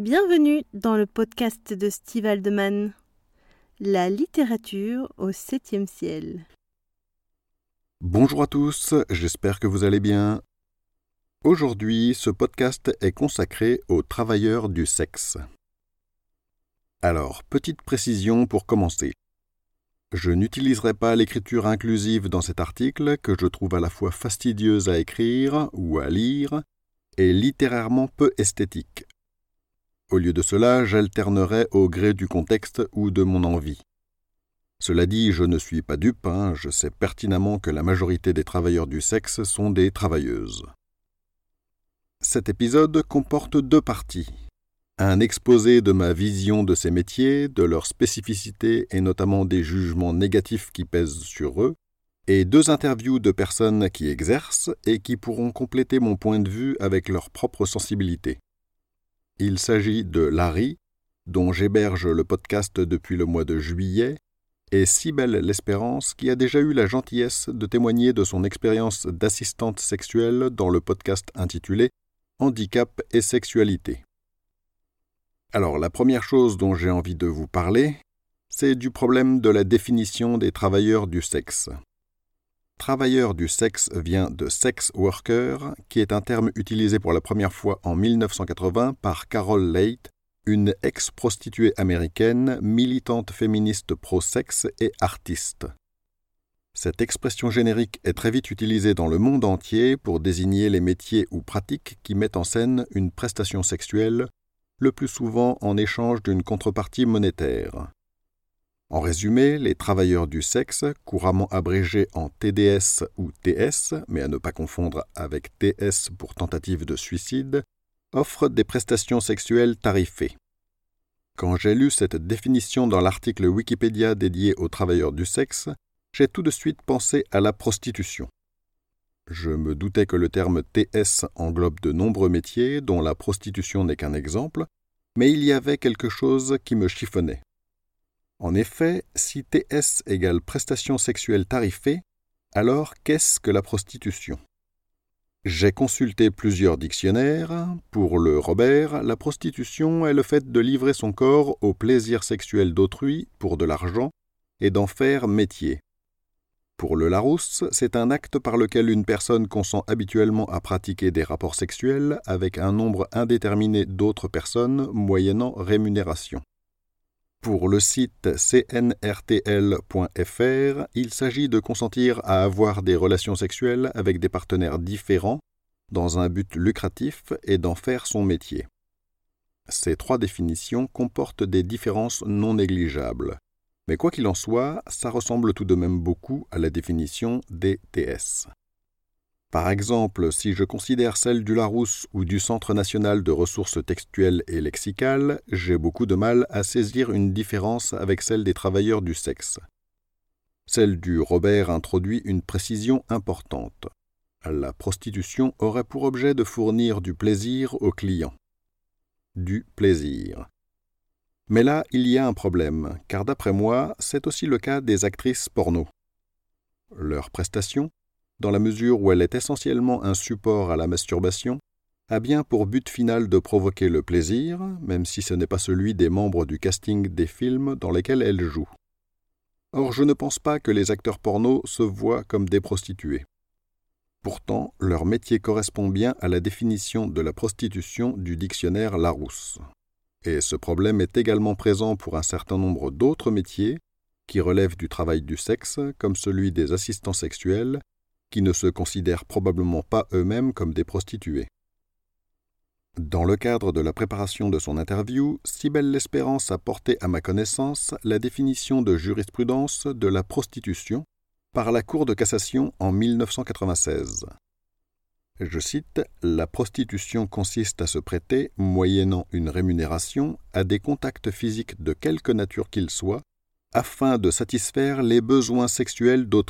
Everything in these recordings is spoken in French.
Bienvenue dans le podcast de Steve Haldeman, la littérature au 7e ciel. Bonjour à tous, j'espère que vous allez bien. Aujourd'hui, ce podcast est consacré aux travailleurs du sexe. Alors, petite précision pour commencer. Je n'utiliserai pas l'écriture inclusive dans cet article que je trouve à la fois fastidieuse à écrire ou à lire et littérairement peu esthétique. Au lieu de cela, j'alternerai au gré du contexte ou de mon envie. Cela dit, je ne suis pas dupe, je sais pertinemment que la majorité des travailleurs du sexe sont des travailleuses. Cet épisode comporte 2 parties. Un exposé de ma vision de ces métiers, de leurs spécificités et notamment des jugements négatifs qui pèsent sur eux, et 2 interviews de personnes qui exercent et qui pourront compléter mon point de vue avec leur propre sensibilité. Il s'agit de Larry, dont j'héberge le podcast depuis le mois de juillet, et Cybèle L'Espérance, qui a déjà eu la gentillesse de témoigner de son expérience d'assistante sexuelle dans le podcast intitulé « Handicap et sexualité ». Alors, la première chose dont j'ai envie de vous parler, c'est du problème de la définition des travailleurs du sexe. Travailleur du sexe vient de sex worker, qui est un terme utilisé pour la première fois en 1980 par Carol Leight, une ex-prostituée américaine, militante féministe pro-sexe et artiste. Cette expression générique est très vite utilisée dans le monde entier pour désigner les métiers ou pratiques qui mettent en scène une prestation sexuelle, le plus souvent en échange d'une contrepartie monétaire. En résumé, les travailleurs du sexe, couramment abrégés en TDS ou TS, mais à ne pas confondre avec TS pour tentative de suicide, offrent des prestations sexuelles tarifées. Quand j'ai lu cette définition dans l'article Wikipédia dédié aux travailleurs du sexe, j'ai tout de suite pensé à la prostitution. Je me doutais que le terme TS englobe de nombreux métiers dont la prostitution n'est qu'un exemple, mais il y avait quelque chose qui me chiffonnait. En effet, si TS égale prestation sexuelle tarifée, alors qu'est-ce que la prostitution ? J'ai consulté plusieurs dictionnaires. Pour le Robert, la prostitution est le fait de livrer son corps au plaisir sexuel d'autrui pour de l'argent et d'en faire métier. Pour le Larousse, c'est un acte par lequel une personne consent habituellement à pratiquer des rapports sexuels avec un nombre indéterminé d'autres personnes moyennant rémunération. Pour le site cnrtl.fr, il s'agit de consentir à avoir des relations sexuelles avec des partenaires différents dans un but lucratif et d'en faire son métier. Ces 3 définitions comportent des différences non négligeables. Mais quoi qu'il en soit, ça ressemble tout de même beaucoup à la définition des TS. Par exemple, si je considère celle du Larousse ou du Centre national de ressources textuelles et lexicales, j'ai beaucoup de mal à saisir une différence avec celle des travailleurs du sexe. Celle du Robert introduit une précision importante. La prostitution aurait pour objet de fournir du plaisir aux clients. Du plaisir. Mais là, il y a un problème, car d'après moi, c'est aussi le cas des actrices porno. Leur prestation, dans la mesure où elle est essentiellement un support à la masturbation, a bien pour but final de provoquer le plaisir, même si ce n'est pas celui des membres du casting des films dans lesquels elle joue. Or, je ne pense pas que les acteurs porno se voient comme des prostituées. Pourtant, leur métier correspond bien à la définition de la prostitution du dictionnaire Larousse. Et ce problème est également présent pour un certain nombre d'autres métiers qui relèvent du travail du sexe, comme celui des assistants sexuels, qui ne se considèrent probablement pas eux-mêmes comme des prostituées. Dans le cadre de la préparation de son interview, Cybèle L'Espérance a porté à ma connaissance la définition de jurisprudence de la prostitution par la Cour de cassation en 1996. Je cite, « La prostitution consiste à se prêter, moyennant une rémunération, à des contacts physiques de quelque nature qu'ils soient, afin de satisfaire les besoins sexuels d'autrui. »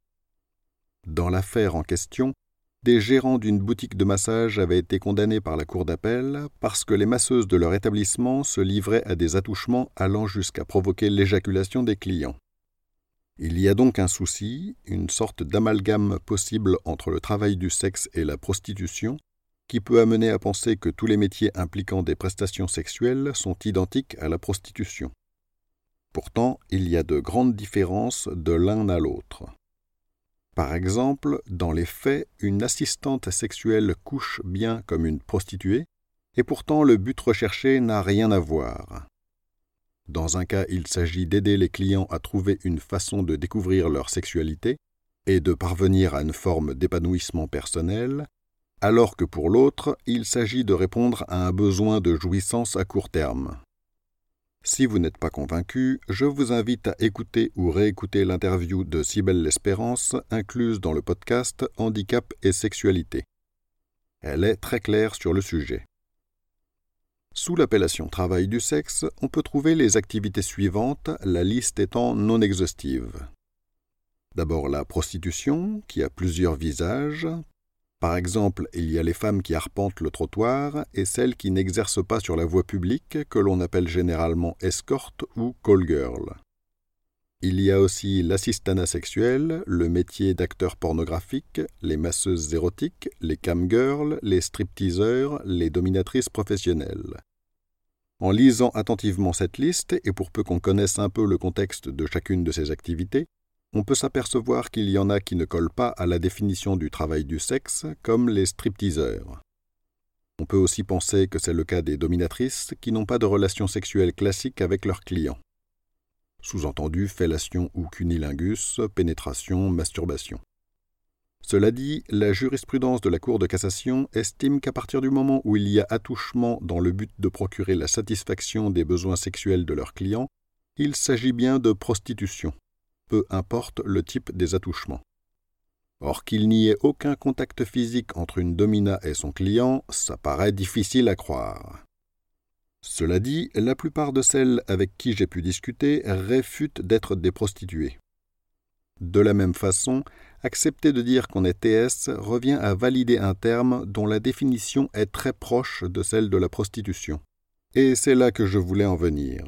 Dans l'affaire en question, des gérants d'une boutique de massage avaient été condamnés par la cour d'appel parce que les masseuses de leur établissement se livraient à des attouchements allant jusqu'à provoquer l'éjaculation des clients. Il y a donc un souci, une sorte d'amalgame possible entre le travail du sexe et la prostitution, qui peut amener à penser que tous les métiers impliquant des prestations sexuelles sont identiques à la prostitution. Pourtant, il y a de grandes différences de l'un à l'autre. Par exemple, dans les faits, une assistante sexuelle couche bien comme une prostituée, et pourtant le but recherché n'a rien à voir. Dans un cas, il s'agit d'aider les clients à trouver une façon de découvrir leur sexualité et de parvenir à une forme d'épanouissement personnel, alors que pour l'autre, il s'agit de répondre à un besoin de jouissance à court terme. Si vous n'êtes pas convaincu, je vous invite à écouter ou réécouter l'interview de Cybèle L'Espérance incluse dans le podcast Handicap et sexualité. Elle est très claire sur le sujet. Sous l'appellation travail du sexe, on peut trouver les activités suivantes, la liste étant non exhaustive. D'abord la prostitution, qui a plusieurs visages. Par exemple, il y a les femmes qui arpentent le trottoir et celles qui n'exercent pas sur la voie publique, que l'on appelle généralement escorte ou call girl. Il y a aussi l'assistanat sexuel, le métier d'acteur pornographique, les masseuses érotiques, les cam girls, les stripteaseurs, les dominatrices professionnelles. En lisant attentivement cette liste, et pour peu qu'on connaisse un peu le contexte de chacune de ces activités, on peut s'apercevoir qu'il y en a qui ne collent pas à la définition du travail du sexe, comme les stripteaseurs. On peut aussi penser que c'est le cas des dominatrices qui n'ont pas de relation sexuelle classique avec leurs clients. Sous-entendu, fellation ou cunilingus, pénétration, masturbation. Cela dit, la jurisprudence de la Cour de cassation estime qu'à partir du moment où il y a attouchement dans le but de procurer la satisfaction des besoins sexuels de leurs clients, il s'agit bien de prostitution, peu importe le type des attouchements. Or, qu'il n'y ait aucun contact physique entre une domina et son client, ça paraît difficile à croire. Cela dit, la plupart de celles avec qui j'ai pu discuter réfutent d'être des prostituées. De la même façon, accepter de dire qu'on est TS revient à valider un terme dont la définition est très proche de celle de la prostitution. Et c'est là que je voulais en venir.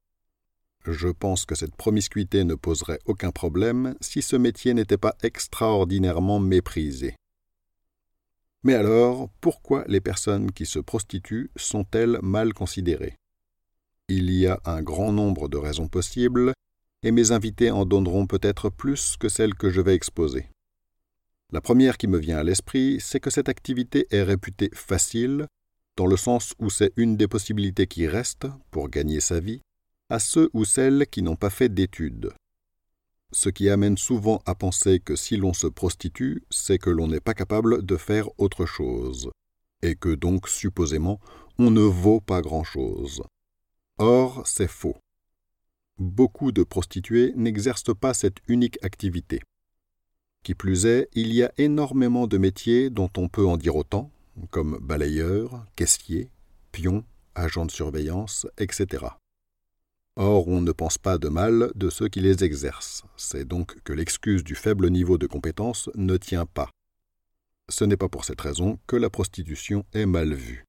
Je pense que cette promiscuité ne poserait aucun problème si ce métier n'était pas extraordinairement méprisé. Mais alors, pourquoi les personnes qui se prostituent sont-elles mal considérées ? Il y a un grand nombre de raisons possibles, et mes invités en donneront peut-être plus que celles que je vais exposer. La première qui me vient à l'esprit, c'est que cette activité est réputée facile, dans le sens où c'est une des possibilités qui restent, pour gagner sa vie, à ceux ou celles qui n'ont pas fait d'études. Ce qui amène souvent à penser que si l'on se prostitue, c'est que l'on n'est pas capable de faire autre chose, et que donc, supposément, on ne vaut pas grand-chose. Or, c'est faux. Beaucoup de prostituées n'exercent pas cette unique activité. Qui plus est, il y a énormément de métiers dont on peut en dire autant, comme balayeur, caissier, pion, agent de surveillance, etc. Or, on ne pense pas de mal de ceux qui les exercent. C'est donc que l'excuse du faible niveau de compétence ne tient pas. Ce n'est pas pour cette raison que la prostitution est mal vue.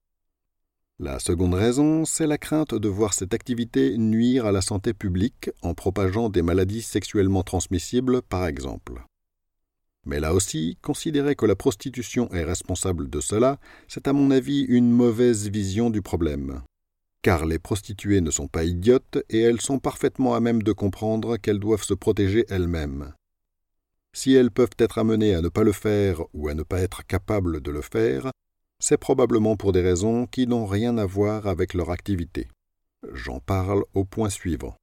La seconde raison, c'est la crainte de voir cette activité nuire à la santé publique en propageant des maladies sexuellement transmissibles, par exemple. Mais là aussi, considérer que la prostitution est responsable de cela, c'est à mon avis une mauvaise vision du problème. Car les prostituées ne sont pas idiotes et elles sont parfaitement à même de comprendre qu'elles doivent se protéger elles-mêmes. Si elles peuvent être amenées à ne pas le faire ou à ne pas être capables de le faire, c'est probablement pour des raisons qui n'ont rien à voir avec leur activité. J'en parle au point suivant.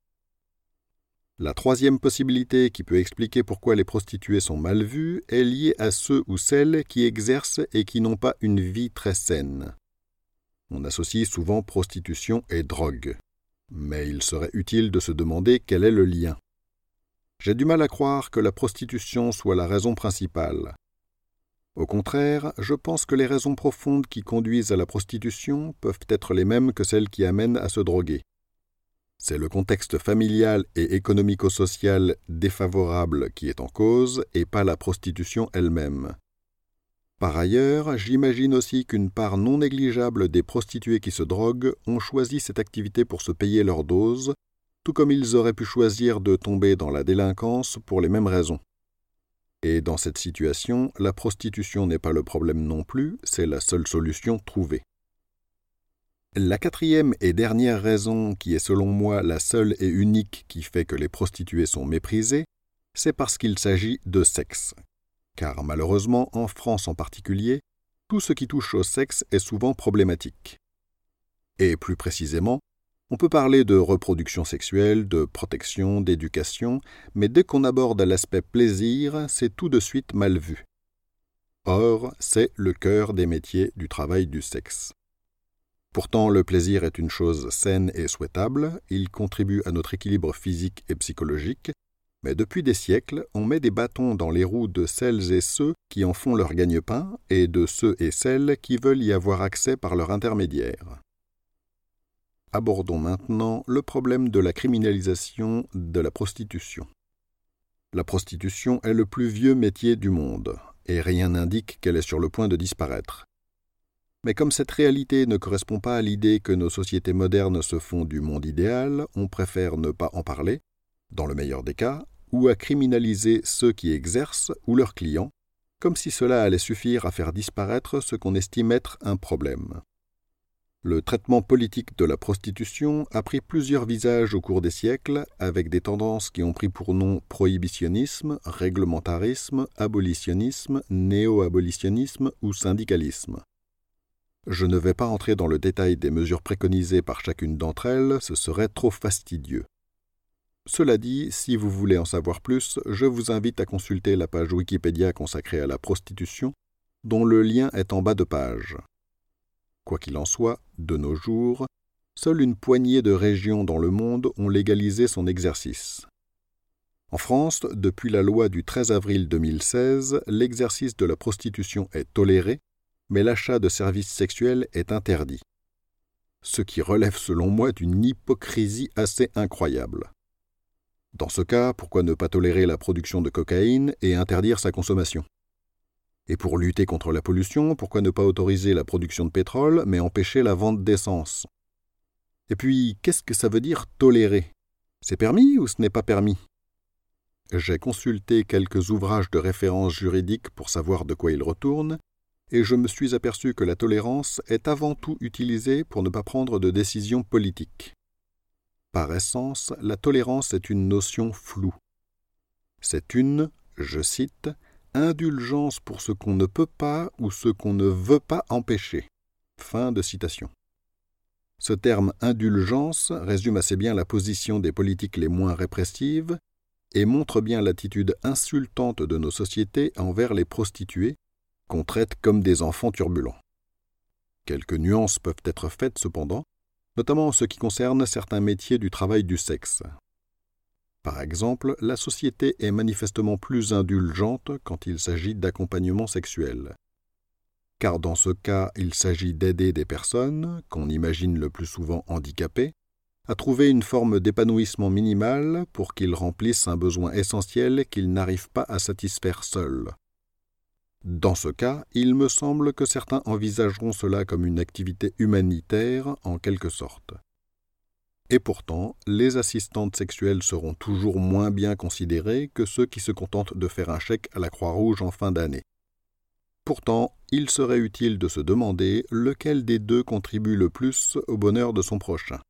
La troisième possibilité qui peut expliquer pourquoi les prostituées sont mal vues est liée à ceux ou celles qui exercent et qui n'ont pas une vie très saine. On associe souvent prostitution et drogue. Mais il serait utile de se demander quel est le lien. J'ai du mal à croire que la prostitution soit la raison principale. Au contraire, je pense que les raisons profondes qui conduisent à la prostitution peuvent être les mêmes que celles qui amènent à se droguer. C'est le contexte familial et économico-social défavorable qui est en cause et pas la prostitution elle-même. Par ailleurs, j'imagine aussi qu'une part non négligeable des prostituées qui se droguent ont choisi cette activité pour se payer leur dose, tout comme ils auraient pu choisir de tomber dans la délinquance pour les mêmes raisons. Et dans cette situation, la prostitution n'est pas le problème non plus, c'est la seule solution trouvée. La quatrième et dernière raison, qui est selon moi la seule et unique qui fait que les prostituées sont méprisées, c'est parce qu'il s'agit de sexe. Car malheureusement, en France en particulier, tout ce qui touche au sexe est souvent problématique. Et plus précisément, on peut parler de reproduction sexuelle, de protection, d'éducation, mais dès qu'on aborde l'aspect plaisir, c'est tout de suite mal vu. Or, c'est le cœur des métiers du travail du sexe. Pourtant, le plaisir est une chose saine et souhaitable, il contribue à notre équilibre physique et psychologique, mais depuis des siècles, on met des bâtons dans les roues de celles et ceux qui en font leur gagne-pain et de ceux et celles qui veulent y avoir accès par leur intermédiaire. Abordons maintenant le problème de la criminalisation de la prostitution. La prostitution est le plus vieux métier du monde, et rien n'indique qu'elle est sur le point de disparaître. Mais comme cette réalité ne correspond pas à l'idée que nos sociétés modernes se font du monde idéal, on préfère ne pas en parler, dans le meilleur des cas, ou à criminaliser ceux qui exercent ou leurs clients, comme si cela allait suffire à faire disparaître ce qu'on estime être un problème. Le traitement politique de la prostitution a pris plusieurs visages au cours des siècles, avec des tendances qui ont pris pour nom prohibitionnisme, réglementarisme, abolitionnisme, néo-abolitionnisme ou syndicalisme. Je ne vais pas entrer dans le détail des mesures préconisées par chacune d'entre elles, ce serait trop fastidieux. Cela dit, si vous voulez en savoir plus, je vous invite à consulter la page Wikipédia consacrée à la prostitution, dont le lien est en bas de page. Quoi qu'il en soit, de nos jours, seule une poignée de régions dans le monde ont légalisé son exercice. En France, depuis la loi du 13 avril 2016, l'exercice de la prostitution est toléré, mais l'achat de services sexuels est interdit. Ce qui relève selon moi d'une hypocrisie assez incroyable. Dans ce cas, pourquoi ne pas tolérer la production de cocaïne et interdire sa consommation ? Et pour lutter contre la pollution, pourquoi ne pas autoriser la production de pétrole, mais empêcher la vente d'essence ? Et puis, qu'est-ce que ça veut dire tolérer ? C'est permis ou ce n'est pas permis ? J'ai consulté quelques ouvrages de référence juridiques pour savoir de quoi ils retournent, et je me suis aperçu que la tolérance est avant tout utilisée pour ne pas prendre de décisions politiques. Par essence, la tolérance est une notion floue. C'est une, je cite, « indulgence pour ce qu'on ne peut pas ou ce qu'on ne veut pas empêcher ». Fin de citation. Ce terme « indulgence » résume assez bien la position des politiques les moins répressives et montre bien l'attitude insultante de nos sociétés envers les prostituées, qu'on traite comme des enfants turbulents. Quelques nuances peuvent être faites cependant, notamment en ce qui concerne certains métiers du travail du sexe. Par exemple, la société est manifestement plus indulgente quand il s'agit d'accompagnement sexuel. Car dans ce cas, il s'agit d'aider des personnes, qu'on imagine le plus souvent handicapées, à trouver une forme d'épanouissement minimal pour qu'ils remplissent un besoin essentiel qu'ils n'arrivent pas à satisfaire seuls. Dans ce cas, il me semble que certains envisageront cela comme une activité humanitaire en quelque sorte. Et pourtant, les assistantes sexuelles seront toujours moins bien considérées que ceux qui se contentent de faire un chèque à la Croix-Rouge en fin d'année. Pourtant, il serait utile de se demander lequel des deux contribue le plus au bonheur de son prochain.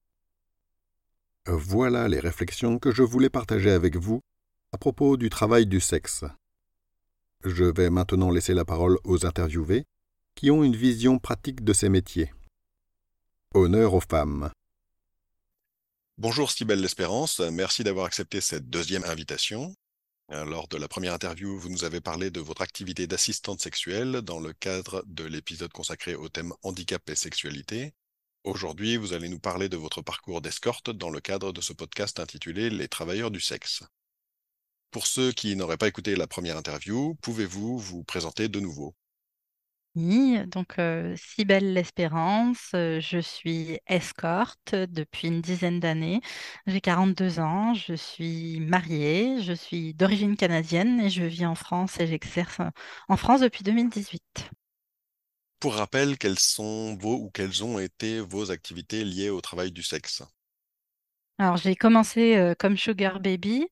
Voilà les réflexions que je voulais partager avec vous à propos du travail du sexe. Je vais maintenant laisser la parole aux interviewés qui ont une vision pratique de ces métiers. Honneur aux femmes. Bonjour Cybèle L'Espérance, merci d'avoir accepté cette deuxième invitation. Lors de la première interview, vous nous avez parlé de votre activité d'assistante sexuelle dans le cadre de l'épisode consacré au thème handicap et sexualité. Aujourd'hui, vous allez nous parler de votre parcours d'escorte dans le cadre de ce podcast intitulé « Les travailleurs du sexe ». Pour ceux qui n'auraient pas écouté la première interview, pouvez-vous vous présenter de nouveau ? Oui, donc Cybèle L'Espérance, je suis escorte depuis une dizaine d'années. J'ai 42 ans, je suis mariée, je suis d'origine canadienne et je vis en France et j'exerce en France depuis 2018. Pour rappel, quelles ont été vos activités liées au travail du sexe ? Alors j'ai commencé comme sugar baby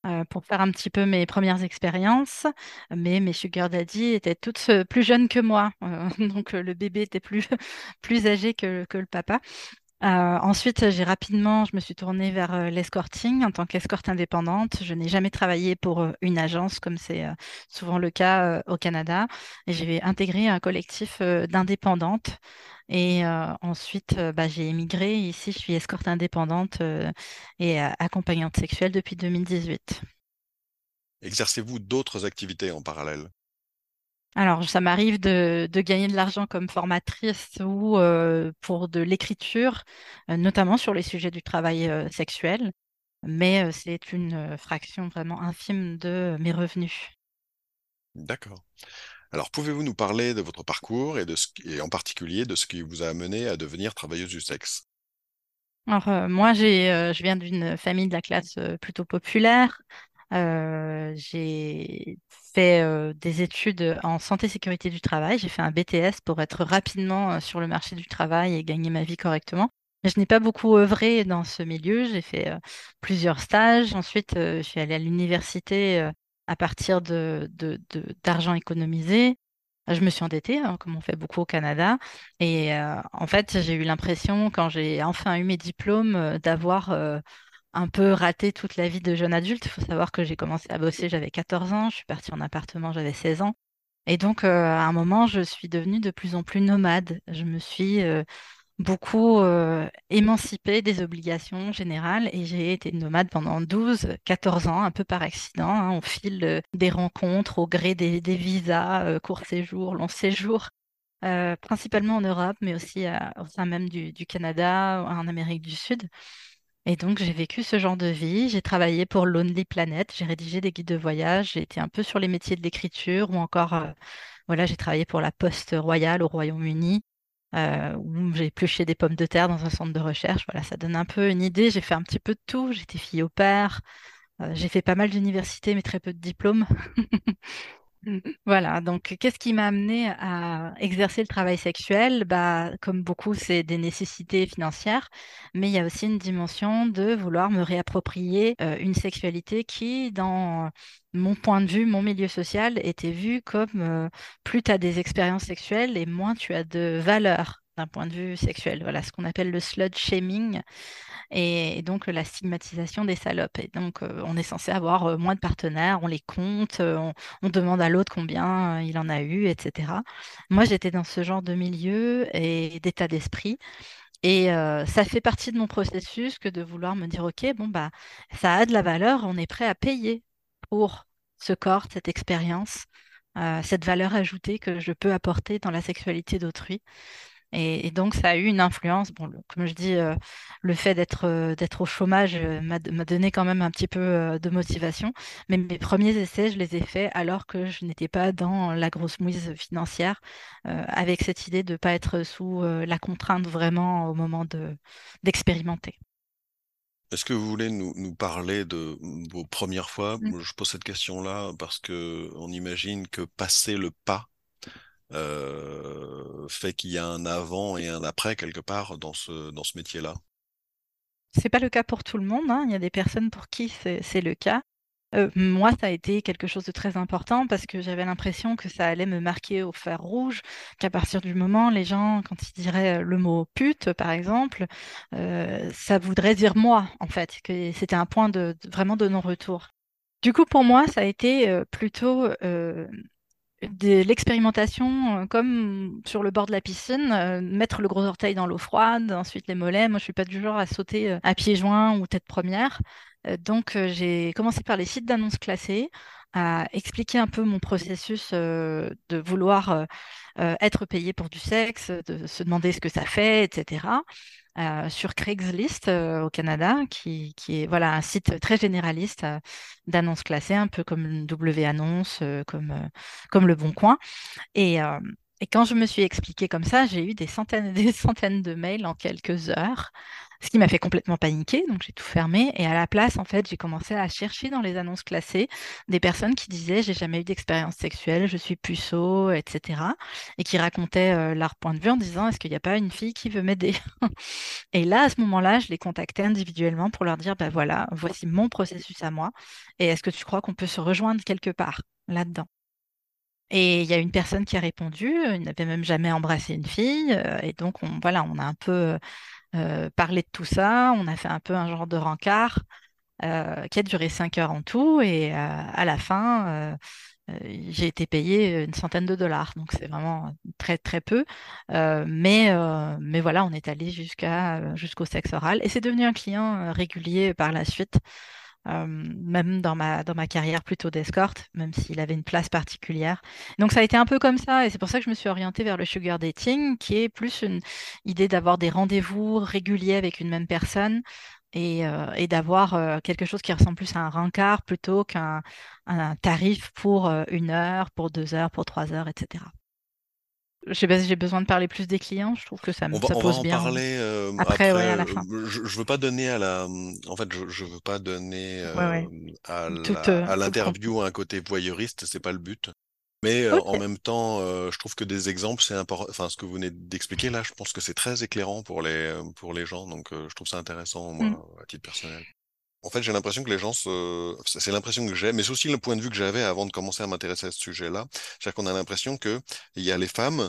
pour faire un petit peu mes premières expériences. Mais mes sugar daddy étaient toutes plus jeunes que moi. Donc le bébé était plus, plus âgé que le papa. Ensuite, je me suis tournée vers l'escorting en tant qu'escorte indépendante. Je n'ai jamais travaillé pour une agence comme c'est souvent le cas au Canada. Et j'ai intégré un collectif d'indépendantes. Et ensuite, j'ai émigré. Ici, je suis escorte indépendante et accompagnante sexuelle depuis 2018. Exercez-vous d'autres activités en parallèle? Alors, ça m'arrive de gagner de l'argent comme formatrice ou pour de l'écriture, notamment sur les sujets du travail sexuel, mais c'est une fraction vraiment infime de mes revenus. D'accord. Alors, pouvez-vous nous parler de votre parcours et en particulier de ce qui vous a amené à devenir travailleuse du sexe? Alors, moi, je viens d'une famille de la classe plutôt populaire. J'ai fait des études en santé sécurité du travail. J'ai fait un BTS pour être rapidement sur le marché du travail et gagner ma vie correctement. Mais je n'ai pas beaucoup œuvré dans ce milieu. J'ai fait plusieurs stages. Ensuite, je suis allée à l'université à partir d'argent économisé. Je me suis endettée, hein, comme on fait beaucoup au Canada. Et en fait, j'ai eu l'impression, quand j'ai enfin eu mes diplômes, d'avoir un peu raté toute la vie de jeune adulte. Il faut savoir que j'ai commencé à bosser, j'avais 14 ans, je suis partie en appartement, j'avais 16 ans. Et donc, à un moment, je suis devenue de plus en plus nomade. Je me suis beaucoup émancipée des obligations générales et j'ai été nomade pendant 12, 14 ans, un peu par accident, hein. On file des rencontres au gré des visas, court séjour, long séjour, principalement en Europe, mais aussi au sein même du Canada, en Amérique du Sud. Et donc, j'ai vécu ce genre de vie. J'ai travaillé pour Lonely Planet, j'ai rédigé des guides de voyage, j'ai été un peu sur les métiers de l'écriture ou encore, voilà, j'ai travaillé pour la Poste Royale au Royaume-Uni, où j'ai épluché des pommes de terre dans un centre de recherche. Voilà, ça donne un peu une idée. J'ai fait un petit peu de tout. J'étais fille au père, j'ai fait pas mal d'universités, mais très peu de diplômes. Voilà, donc qu'est-ce qui m'a amené à exercer le travail sexuel? Bah, comme beaucoup, c'est des nécessités financières, mais il y a aussi une dimension de vouloir me réapproprier une sexualité qui, dans mon point de vue, mon milieu social, était vue comme plus tu as des expériences sexuelles et moins tu as de valeur d'un point de vue sexuel. Voilà, ce qu'on appelle le slut shaming et donc la stigmatisation des salopes. Et donc, on est censé avoir moins de partenaires, on les compte, on demande à l'autre combien il en a eu, etc. Moi, j'étais dans ce genre de milieu et d'état d'esprit. Et ça fait partie de mon processus que de vouloir me dire, OK, bon, bah, ça a de la valeur, on est prêt à payer pour ce corps, cette expérience, cette valeur ajoutée que je peux apporter dans la sexualité d'autrui. Et donc, ça a eu une influence. Bon, comme je dis, le fait d'être au chômage m'a donné quand même un petit peu de motivation. Mais mes premiers essais, je les ai faits alors que je n'étais pas dans la grosse mouise financière, avec cette idée de ne pas être sous la contrainte vraiment au moment d'expérimenter. Est-ce que vous voulez nous parler de vos premières fois? Mm. Je pose cette question-là parce que on imagine que passer le pas fait qu'il y a un avant et un après quelque part dans ce métier-là. C'est pas le cas pour tout le monde, hein. Il y a des personnes pour qui c'est le cas. Moi, ça a été quelque chose de très important parce que j'avais l'impression que ça allait me marquer au fer rouge, qu'à partir du moment, les gens, quand ils diraient le mot pute, par exemple, ça voudrait dire moi, en fait, que c'était un point vraiment de non-retour. Du coup, pour moi, ça a été plutôt de l'expérimentation, comme sur le bord de la piscine, mettre le gros orteil dans l'eau froide, ensuite les mollets. Moi, je suis pas du genre à sauter à pieds joints ou tête première. Donc, j'ai commencé par les sites d'annonces classées, à expliquer un peu mon processus de vouloir être payé pour du sexe, de se demander ce que ça fait, etc. Sur Craigslist au Canada, qui est voilà, un site très généraliste d'annonces classées, un peu comme W Annonce, comme Le Bon Coin. Et quand je me suis expliquée comme ça, j'ai eu des centaines et des centaines de mails en quelques heures. Ce qui m'a fait complètement paniquer, donc j'ai tout fermé. Et à la place, en fait, j'ai commencé à chercher dans les annonces classées des personnes qui disaient j'ai jamais eu d'expérience sexuelle, je suis puceau, etc. Et qui racontaient leur point de vue en disant est-ce qu'il n'y a pas une fille qui veut m'aider? Et là, à ce moment-là, je les contactais individuellement pour leur dire bah voilà, voici mon processus à moi. Et est-ce que tu crois qu'on peut se rejoindre quelque part là-dedans? Et il y a une personne qui a répondu, il n'avait même jamais embrassé une fille, et donc voilà, on a un peu parlé de tout ça, on a fait un peu un genre de rencard qui a duré 5 heures en tout, et à la fin, j'ai été payée une centaine de dollars, donc c'est vraiment très très peu, mais voilà, on est allé jusqu'au sexe oral, et c'est devenu un client régulier par la suite. Même dans ma carrière plutôt d'escorte, même s'il avait une place particulière. Donc ça a été un peu comme ça, et c'est pour ça que je me suis orientée vers le sugar dating, qui est plus une idée d'avoir des rendez-vous réguliers avec une même personne et d'avoir quelque chose qui ressemble plus à un rencard plutôt qu'un un tarif pour 1 heure, pour 2 heures, pour 3 heures, etc. Je sais pas si j'ai besoin de parler plus des clients, je trouve que ça On va pose en bien. parler Après, après. ouais, à la fin. Je veux pas donner à la, en fait, je veux pas donner Ouais, ouais. à Tout le contenu. l'interview un côté voyeuriste, c'est pas le but. Mais en Ok. même temps, je trouve que des exemples, c'est important. Enfin, ce que vous venez d'expliquer là, je pense que c'est très éclairant pour les gens. Donc, je trouve ça intéressant, Mm. moi, à titre personnel. En fait, j'ai l'impression que les gens c'est l'impression que j'ai, mais c'est aussi le point de vue que j'avais avant de commencer à m'intéresser à ce sujet-là. C'est-à-dire qu'on a l'impression que il y a les femmes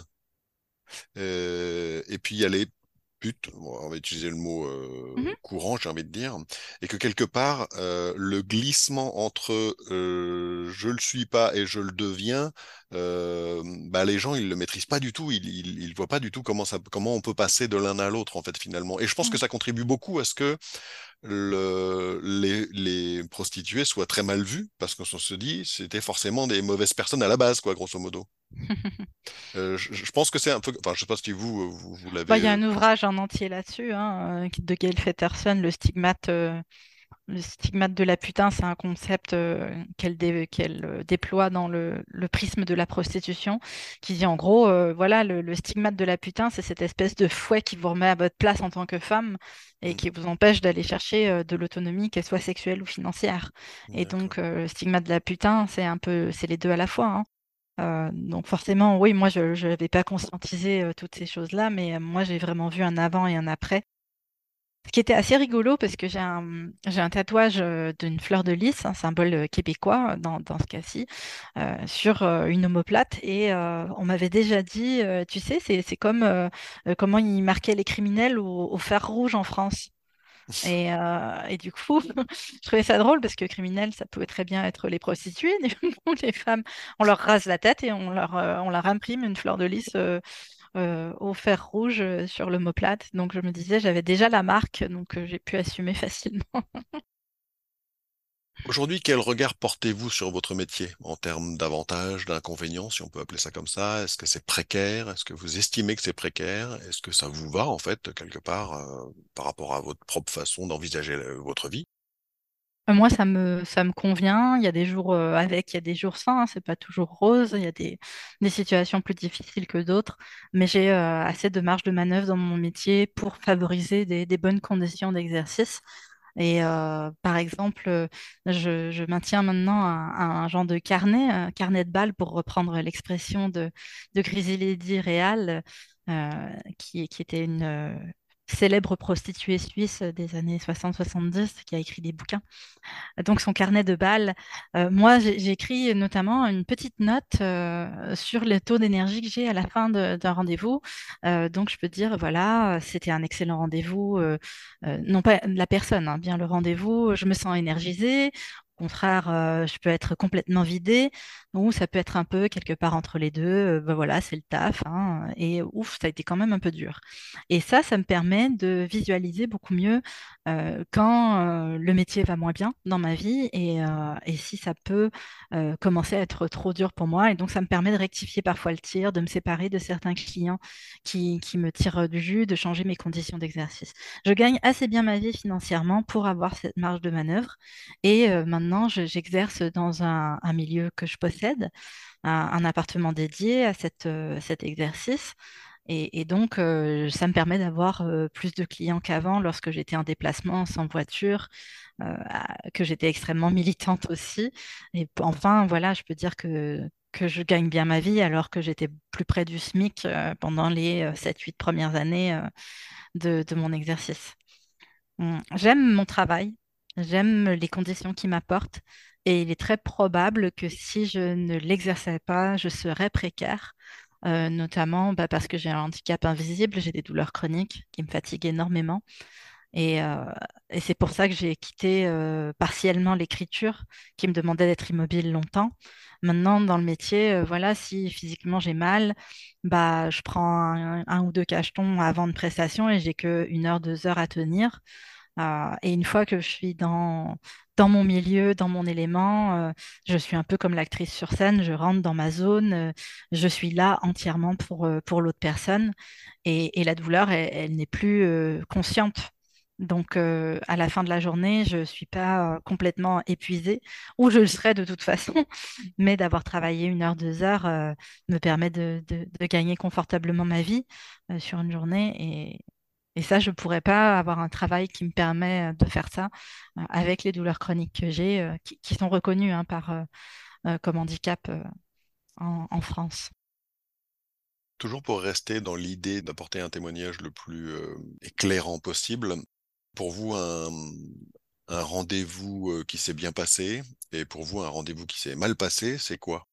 et puis il y a les putes, bon, on va utiliser le mot Mhm. courant, j'ai envie de dire, et que quelque part, le glissement entre je le suis pas et je le deviens, bah, les gens, ils le maîtrisent pas du tout, ils voient pas du tout comment on peut passer de l'un à l'autre, en fait, finalement. Et je pense que Mm. ça contribue beaucoup à ce que les prostituées soient très mal vues, parce qu'on se dit, c'était forcément des mauvaises personnes à la base, quoi, grosso modo. Je pense que c'est un peu, enfin, je sais pas si vous Bah, l'avez. il y a un ouvrage en entier là-dessus, hein, de Gail Feterson, le stigmate de la putain, c'est un concept qu'elle déploie dans le prisme de la prostitution, qui dit en gros, voilà, le stigmate de la putain, c'est cette espèce de fouet qui vous remet à votre place en tant que femme et qui vous empêche d'aller chercher de l'autonomie, qu'elle soit sexuelle ou financière. Et D'accord. donc, le stigmate de la putain, c'est les deux à la fois, hein. Donc forcément, oui, moi, je n'avais pas conscientisé toutes ces choses-là, mais moi, j'ai vraiment vu un avant et un après. Ce qui était assez rigolo parce que j'ai un tatouage d'une fleur de lys, un symbole québécois dans ce cas-ci, sur une omoplate. Et on m'avait déjà dit, tu sais, c'est comme comment ils marquaient les criminels au fer rouge en France. Et du coup, je trouvais ça drôle parce que criminels, ça pouvait très bien être les prostituées. Du coup, les femmes, on leur rase la tête et on leur imprime une fleur de lys au fer rouge sur l'omoplate. Donc je me disais, j'avais déjà la marque, donc j'ai pu assumer facilement. Aujourd'hui, quel regard portez-vous sur votre métier en termes d'avantages, d'inconvénients, si on peut appeler ça comme ça? Est-ce que c'est précaire? Est-ce que vous estimez que c'est précaire? Est-ce que ça vous va, en fait, quelque part, par rapport à votre propre façon d'envisager votre vie? Moi, ça me convient. Il y a des jours avec, il y a des jours sans, hein. C'est pas toujours rose. Il y a des situations plus difficiles que d'autres. Mais j'ai assez de marge de manœuvre dans mon métier pour favoriser des bonnes conditions d'exercice. Et par exemple, je maintiens maintenant un genre de carnet, un carnet de balles pour reprendre l'expression de Grisi Lady Real, qui était une célèbre prostituée suisse des années 60-70 qui a écrit des bouquins. Donc son carnet de balles. Moi, j'écris notamment une petite note sur le taux d'énergie que j'ai à la fin d'un rendez-vous. Donc je peux dire, voilà, c'était un excellent rendez-vous. Non pas la personne, hein, bien le rendez-vous. Je me sens énergisée. Au contraire, je peux être complètement vidée, ou ça peut être un peu quelque part entre les deux. Ben voilà, c'est le taf, hein, et ouf, ça a été quand même un peu dur. Et ça me permet de visualiser beaucoup mieux quand le métier va moins bien dans ma vie et si ça peut commencer à être trop dur pour moi. Et donc, ça me permet de rectifier parfois le tir, de me séparer de certains clients qui me tirent du jus, de changer mes conditions d'exercice. Je gagne assez bien ma vie financièrement pour avoir cette marge de manœuvre. Et maintenant, j'exerce dans un milieu que je possède, un appartement dédié à cet exercice. Et donc, ça me permet d'avoir plus de clients qu'avant lorsque j'étais en déplacement sans voiture, que j'étais extrêmement militante aussi. Et enfin, voilà, je peux dire que je gagne bien ma vie alors que j'étais plus près du SMIC pendant les 7-8 premières années de mon exercice. J'aime mon travail, j'aime les conditions qu'il m'apporte et il est très probable que si je ne l'exerçais pas, je serais précaire, notamment parce que j'ai un handicap invisible, j'ai des douleurs chroniques qui me fatiguent énormément. Et, euh, et c'est pour ça que j'ai quitté partiellement l'écriture, qui me demandait d'être immobile longtemps. Maintenant, dans le métier, voilà, si physiquement j'ai mal, je prends un ou deux cachetons avant de prestation et j'ai que 1 heure, 2 heures à tenir. Et une fois que je suis dans mon milieu, dans mon élément, je suis un peu comme l'actrice sur scène, je rentre dans ma zone, je suis là entièrement pour l'autre personne. Et la douleur, elle n'est plus consciente. Donc, à la fin de la journée, je ne suis pas complètement épuisée, ou je le serais de toute façon, mais d'avoir travaillé 1 heure, 2 heures me permet de gagner confortablement ma vie sur une journée. Et ça, je ne pourrais pas avoir un travail qui me permet de faire ça avec les douleurs chroniques que j'ai, qui sont reconnues hein, comme handicap en France. Toujours pour rester dans l'idée d'apporter un témoignage le plus éclairant possible, pour vous, un rendez-vous qui s'est bien passé et pour vous, un rendez-vous qui s'est mal passé, c'est quoi?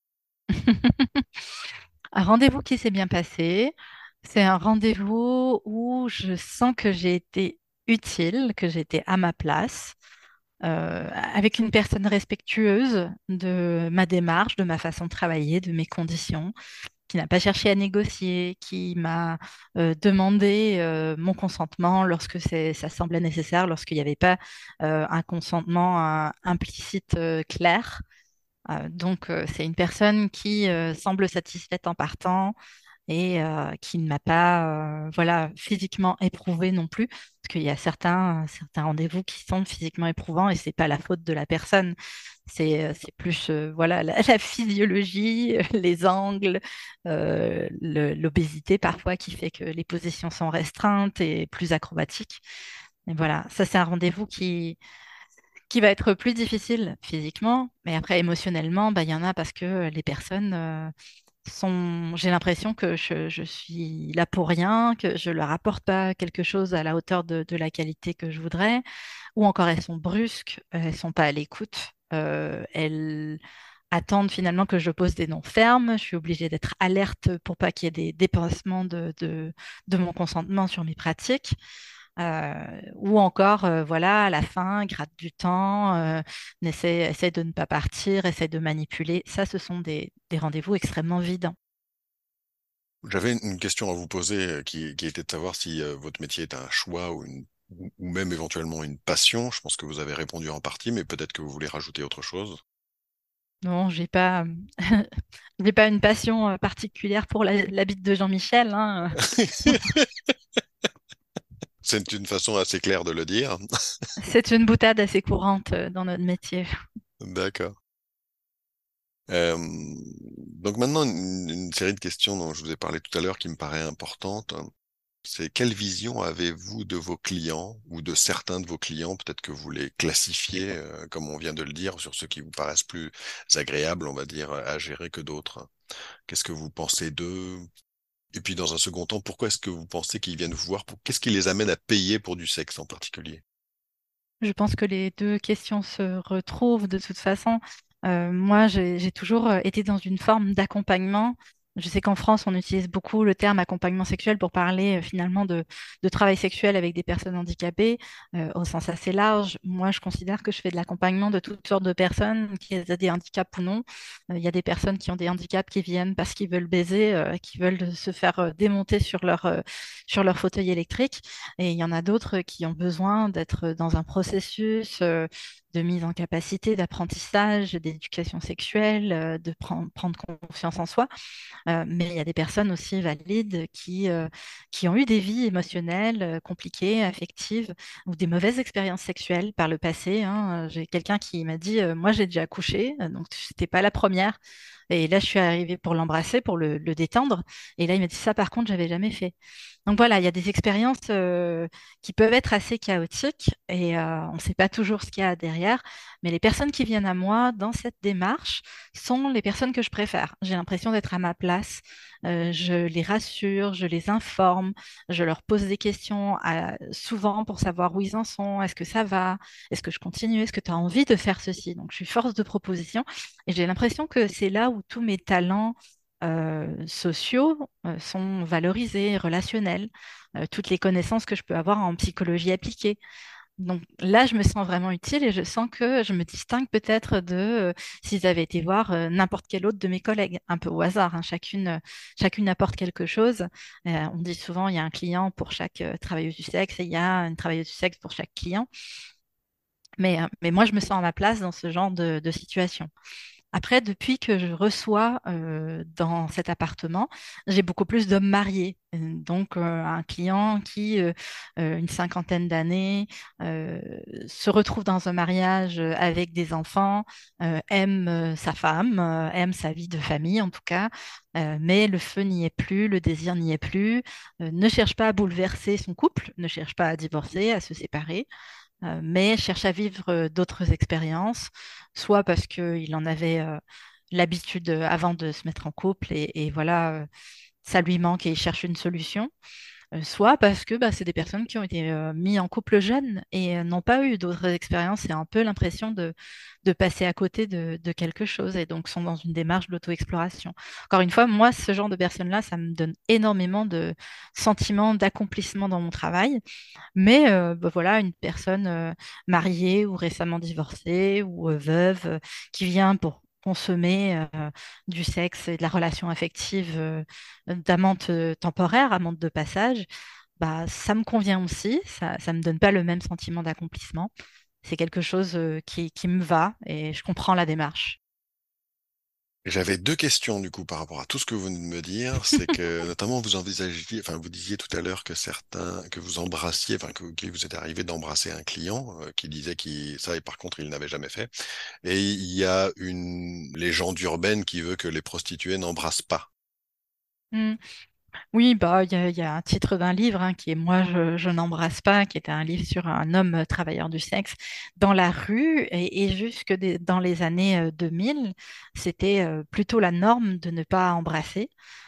Un rendez-vous qui s'est bien passé, c'est un rendez-vous où je sens que j'ai été utile, que j'ai été à ma place, avec une personne respectueuse de ma démarche, de ma façon de travailler, de mes conditions, qui n'a pas cherché à négocier, qui m'a demandé mon consentement lorsque ça semblait nécessaire, lorsqu'il n'y avait pas un consentement implicite clair. Donc, c'est une personne qui semble satisfaite en partant et qui ne m'a pas voilà, physiquement éprouvée non plus, parce qu'il y a certains rendez-vous qui sont physiquement éprouvants et c'est pas la faute de la personne. C'est plus voilà, la physiologie, les angles, l'obésité parfois qui fait que les positions sont restreintes et plus acrobatiques. Et voilà, ça c'est un rendez-vous qui va être plus difficile physiquement, mais après émotionnellement, il y en a parce que les personnes j'ai l'impression que je suis là pour rien, que je leur apporte pas quelque chose à la hauteur de la qualité que je voudrais, ou encore elles sont brusques, elles sont pas à l'écoute, elles attendent finalement que je pose des noms fermes, je suis obligée d'être alerte pour pas qu'il y ait des dépassements de mon consentement sur mes pratiques. Ou encore, voilà, à la fin, gratte du temps, essaie de ne pas partir, essaie de manipuler. Ça, ce sont des rendez-vous extrêmement vidants. J'avais une question à vous poser qui était de savoir si votre métier est un choix ou même éventuellement une passion. Je pense que vous avez répondu en partie, mais peut-être que vous voulez rajouter autre chose. Non, j'ai pas, j'ai pas une passion particulière pour la bite de Jean-Michel, hein. C'est une façon assez claire de le dire. C'est une boutade assez courante dans notre métier. D'accord. Donc maintenant, une série de questions dont je vous ai parlé tout à l'heure qui me paraît importante, c'est quelle vision avez-vous de vos clients ou de certains de vos clients? Peut-être que vous les classifiez, comme on vient de le dire, sur ceux qui vous paraissent plus agréables, on va dire, à gérer que d'autres. Qu'est-ce que vous pensez d'eux? Et puis dans un second temps, pourquoi est-ce que vous pensez qu'ils viennent vous voir? Qu'est-ce qui les amène à payer pour du sexe en particulier? Je pense que les deux questions se retrouvent de toute façon. Moi, j'ai toujours été dans une forme d'accompagnement. Je sais qu'en France, on utilise beaucoup le terme accompagnement sexuel pour parler finalement de travail sexuel avec des personnes handicapées au sens assez large. Moi, je considère que je fais de l'accompagnement de toutes sortes de personnes, qu'elles aient des handicaps ou non. Il y a des personnes qui ont des handicaps qui viennent parce qu'ils veulent baiser, qui veulent se faire démonter sur leur fauteuil électrique. Et il y en a d'autres qui ont besoin d'être dans un processus de mise en capacité, d'apprentissage, d'éducation sexuelle, de prendre confiance en soi. Mais il y a des personnes aussi valides qui ont eu des vies émotionnelles compliquées, affectives, ou des mauvaises expériences sexuelles par le passé, hein. J'ai quelqu'un qui m'a dit, moi j'ai déjà accouché, donc c'était pas la première. Et là, je suis arrivée pour l'embrasser, pour le détendre. Et là, il m'a dit ça, par contre, j'avais jamais fait. Donc voilà, il y a des expériences qui peuvent être assez chaotiques et on ne sait pas toujours ce qu'il y a derrière. Mais les personnes qui viennent à moi dans cette démarche sont les personnes que je préfère. J'ai l'impression d'être à ma place. Je les rassure, je les informe, je leur pose des questions souvent pour savoir où ils en sont. Est-ce que ça va? Est-ce que je continue? Est-ce que tu as envie de faire ceci? Donc, je suis force de proposition et j'ai l'impression que c'est là où tous mes talents sociaux sont valorisés, relationnels, toutes les connaissances que je peux avoir en psychologie appliquée. Donc là, je me sens vraiment utile et je sens que je me distingue peut-être de s'ils avaient été voir n'importe quel autre de mes collègues, un peu au hasard, hein, chacune apporte quelque chose. On dit souvent, il y a un client pour chaque travailleuse du sexe et il y a une travailleuse du sexe pour chaque client. Mais moi, je me sens à ma place dans ce genre de situation. Après, depuis que je reçois dans cet appartement, j'ai beaucoup plus d'hommes mariés. Donc, un client qui, une cinquantaine d'années, euh, se retrouve dans un mariage avec des enfants, aime sa femme, aime sa vie de famille en tout cas, mais le feu n'y est plus, le désir n'y est plus, ne cherche pas à bouleverser son couple, ne cherche pas à divorcer, à se séparer mais cherche à vivre d'autres expériences, soit parce qu'il en avait l'habitude avant de se mettre en couple et voilà, ça lui manque et il cherche une solution, soit parce que bah, c'est des personnes qui ont été mises en couple jeunes et n'ont pas eu d'autres expériences et ont un peu l'impression de passer à côté de quelque chose et donc sont dans une démarche d'auto-exploration. Encore une fois, moi, ce genre de personnes-là, ça me donne énormément de sentiments d'accomplissement dans mon travail. Mais bah voilà, une personne mariée ou récemment divorcée ou veuve qui vient pour consommer du sexe et de la relation affective d'amante temporaire, amante de passage, bah, ça me convient aussi. Ça me donne pas le même sentiment d'accomplissement. C'est quelque chose qui me va et je comprends la démarche. J'avais deux questions du coup par rapport à tout ce que vous venez de me dire. C'est que notamment vous disiez tout à l'heure que que vous embrassiez, qu'il vous est arrivé d'embrasser un client qui disait qu'il ça et par contre il n'avait jamais fait. Et il y a une légende urbaine qui veut que les prostituées n'embrassent pas. Hmm. Oui, bah, il y a un titre d'un livre hein, qui est Moi, je n'embrasse pas, qui était un livre sur un homme travailleur du sexe dans la rue. Et jusque dans les années 2000, c'était plutôt la norme de ne pas embrasser.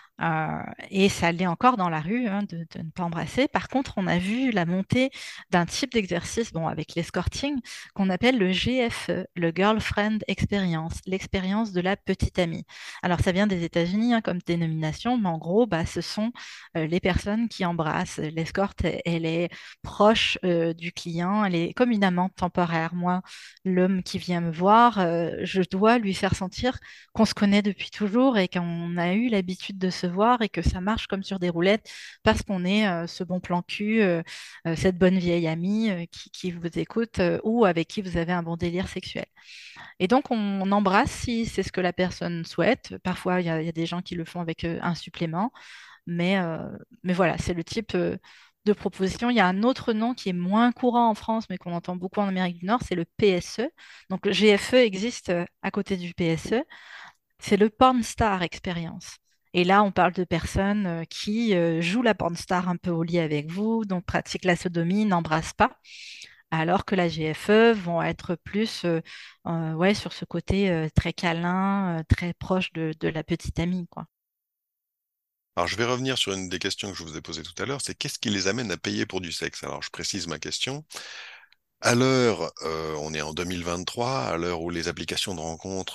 Et ça l'est encore dans la rue, hein, de ne pas embrasser. Par contre, on a vu la montée d'un type d'exercice, bon, avec l'escorting, qu'on appelle le GFE, le Girlfriend Experience, l'expérience de la petite amie. Alors, ça vient des États-Unis hein, comme dénomination, mais en gros, bah, ce sont les personnes qui embrassent. L'escorte, elle est proche du client, elle est comme une amante temporaire. Moi, l'homme qui vient me voir, je dois lui faire sentir qu'on se connaît depuis toujours et qu'on a eu l'habitude de se voir et que ça marche comme sur des roulettes parce qu'on est ce bon plan cul, cette bonne vieille amie qui vous écoute ou avec qui vous avez un bon délire sexuel. Et donc, on embrasse si c'est ce que la personne souhaite. Parfois, il y a des gens qui le font avec un supplément, mais, euh, mais voilà, c'est le type de proposition. Il y a un autre nom qui est moins courant en France, mais qu'on entend beaucoup en Amérique du Nord, c'est le PSE. Donc, le GFE existe à côté du PSE. C'est le Porn Star Experience. Et là, on parle de personnes qui jouent la porn star un peu au lit avec vous, donc pratiquent la sodomie, n'embrassent pas, alors que la GFE vont être plus ouais, sur ce côté très câlin, très proche de la petite amie, quoi. Alors, je vais revenir sur une des questions que je vous ai posées tout à l'heure, c'est qu'est-ce qui les amène à payer pour du sexe? Alors, je précise ma question. À l'heure, on est en 2023, à l'heure où les applications de rencontres,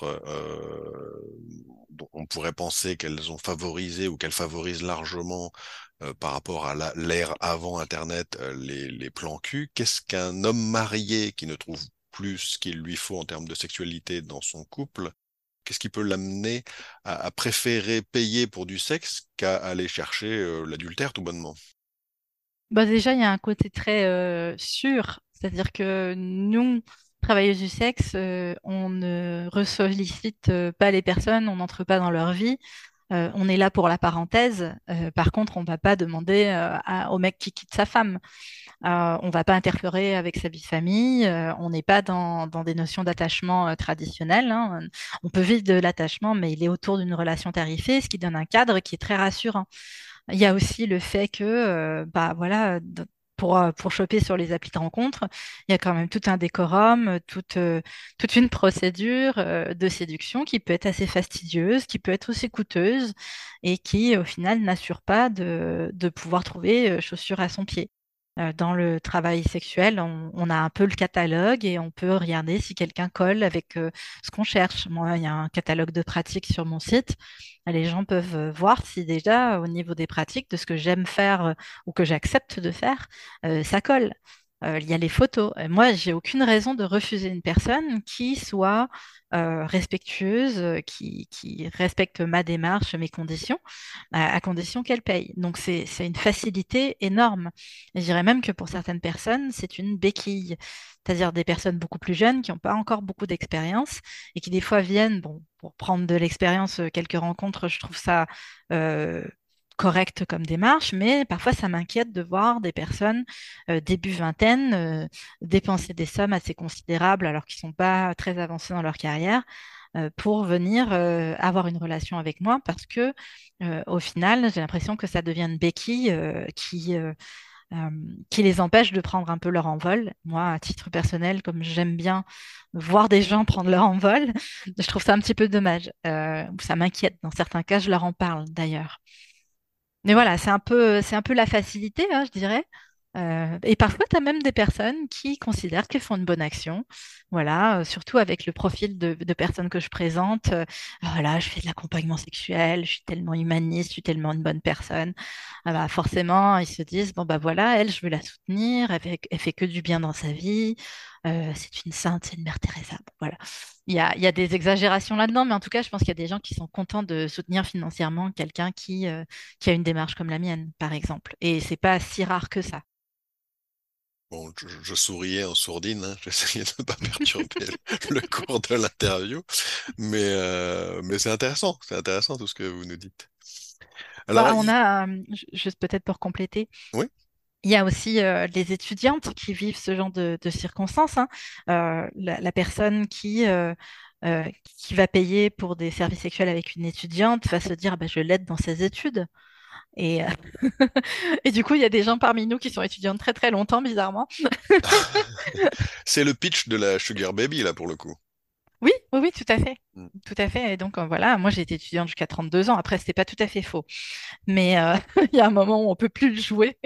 dont on pourrait penser qu'elles ont favorisé ou qu'elles favorisent largement par rapport à l'ère avant Internet, les plans cul, qu'est-ce qu'un homme marié qui ne trouve plus ce qu'il lui faut en termes de sexualité dans son couple, qu'est-ce qui peut l'amener à préférer payer pour du sexe qu'à aller chercher l'adultère tout bonnement? Bah déjà, il y a un côté très sûr, c'est-à-dire que nous, travailleuses du sexe, on ne ressollicite pas les personnes, on n'entre pas dans leur vie. On est là pour la parenthèse. Par contre, on ne va pas demander au mec qui quitte sa femme. On ne va pas interférer avec sa vie de famille. On n'est pas dans des notions d'attachement traditionnelles, hein. On peut vivre de l'attachement, mais il est autour d'une relation tarifée, ce qui donne un cadre qui est très rassurant. Il y a aussi le fait que, bah voilà, pour choper sur les applis de rencontre, il y a quand même tout un décorum, toute une procédure de séduction qui peut être assez fastidieuse, qui peut être aussi coûteuse et qui, au final, n'assure pas de pouvoir trouver chaussure à son pied. Dans le travail sexuel, on a un peu le catalogue et on peut regarder si quelqu'un colle avec ce qu'on cherche. Moi, il y a un catalogue de pratiques sur mon site. Les gens peuvent voir si déjà, au niveau des pratiques, de ce que j'aime faire ou que j'accepte de faire, ça colle. Il y a les photos. Moi, j'ai aucune raison de refuser une personne qui soit respectueuse, qui respecte ma démarche, mes conditions, à condition qu'elle paye. Donc, c'est une facilité énorme. Et je dirais même que pour certaines personnes, c'est une béquille. C'est-à-dire des personnes beaucoup plus jeunes qui n'ont pas encore beaucoup d'expérience et qui des fois viennent, bon, pour prendre de l'expérience, quelques rencontres, je trouve ça euh, correct comme démarche, mais parfois ça m'inquiète de voir des personnes début vingtaine dépenser des sommes assez considérables alors qu'ils ne sont pas très avancés dans leur carrière pour venir avoir une relation avec moi parce que au final, j'ai l'impression que ça devient une béquille euh, qui les empêche de prendre un peu leur envol. Moi, à titre personnel, comme j'aime bien voir des gens prendre leur envol, je trouve ça un petit peu dommage. Ça m'inquiète. Dans certains cas, je leur en parle d'ailleurs. Mais voilà, c'est un peu la facilité, hein, je dirais. Et parfois, tu as même des personnes qui considèrent qu'elles font une bonne action. Voilà, surtout avec le profil de personnes que je présente. Voilà, je fais de l'accompagnement sexuel, je suis tellement humaniste, je suis tellement une bonne personne. Ah bah, forcément, ils se disent, bon, bah voilà, elle, je veux la soutenir, elle fait que du bien dans sa vie. C'est une sainte, c'est une mère Teresa. Bon, voilà. Il y a des exagérations là-dedans, mais en tout cas, je pense qu'il y a des gens qui sont contents de soutenir financièrement quelqu'un qui a une démarche comme la mienne, par exemple. Et c'est pas si rare que ça. Bon, je souriais en sourdine, hein, j'essayais de ne pas perturber le cours de l'interview, mais c'est intéressant tout ce que vous nous dites. Alors, Bah, on a, juste peut-être pour compléter, oui, il y a aussi les étudiantes qui vivent ce genre de circonstances, hein. La personne qui va payer pour des services sexuels avec une étudiante va se dire, bah, je l'aide dans ses études. Et, et du coup, il y a des gens parmi nous qui sont étudiantes très très longtemps, bizarrement. c'est le pitch de la Sugar Baby, là, pour le coup. Oui, oui, oui, tout à fait. Mm. Tout à fait. Et donc, voilà, moi j'ai été étudiante jusqu'à 32 ans. Après, c'était pas tout à fait faux. Mais il y a un moment où on peut plus le jouer.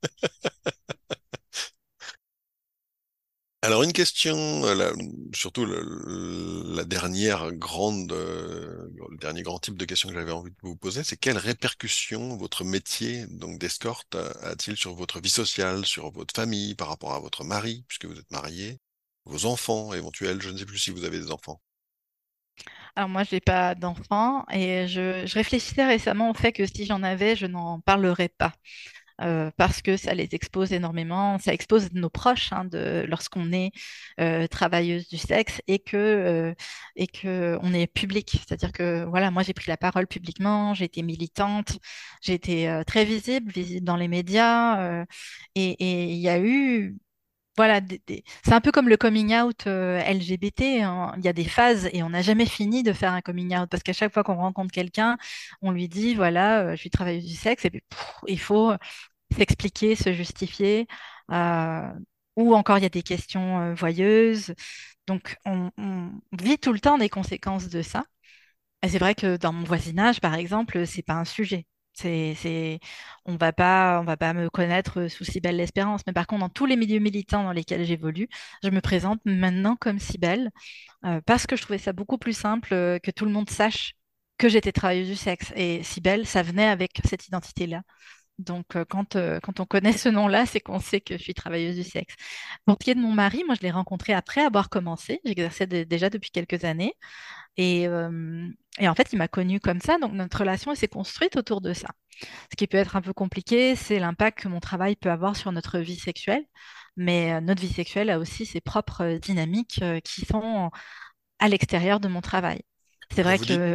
Alors, une question, surtout la dernière le dernier grand type de question que j'avais envie de vous poser, c'est quelles répercussions votre métier donc d'escorte a-t-il sur votre vie sociale, sur votre famille, par rapport à votre mari, puisque vous êtes marié, vos enfants éventuels, je ne sais plus si vous avez des enfants. Alors moi, je n'ai pas d'enfant et je réfléchissais récemment au fait que si j'en avais, je n'en parlerais pas. Parce que ça les expose énormément, ça expose nos proches hein, lorsqu'on est travailleuse du sexe et que on est public. C'est-à-dire que voilà, moi j'ai pris la parole publiquement, j'ai été militante, j'ai été très visible dans les médias et il y a eu voilà, c'est un peu comme le coming out LGBT, hein. Il y a des phases et on n'a jamais fini de faire un coming out parce qu'à chaque fois qu'on rencontre quelqu'un, on lui dit voilà, je suis travailleuse du sexe et puis il faut s'expliquer, se justifier. euh, ou encore il y a des questions voyeuses. Donc on vit tout le temps des conséquences de ça. Et c'est vrai que dans mon voisinage, par exemple, c'est pas un sujet. C'est, on va pas me connaître sous Cybèle L'Espérance. Mais par contre, dans tous les milieux militants dans lesquels j'évolue, je me présente maintenant comme Cybèle, parce que je trouvais ça beaucoup plus simple que tout le monde sache que j'étais travailleuse du sexe. Et Cybèle, ça venait avec cette identité-là. Donc, quand on connaît ce nom-là, c'est qu'on sait que je suis travailleuse du sexe. Pour ce qui est de mon mari, moi, je l'ai rencontré après avoir commencé. J'exerçais déjà depuis quelques années. Et, euh, et en fait, il m'a connue comme ça. Donc, notre relation elle s'est construite autour de ça. Ce qui peut être un peu compliqué, c'est l'impact que mon travail peut avoir sur notre vie sexuelle. Mais notre vie sexuelle a aussi ses propres dynamiques qui sont à l'extérieur de mon travail. C'est Alors vrai vous dites, que...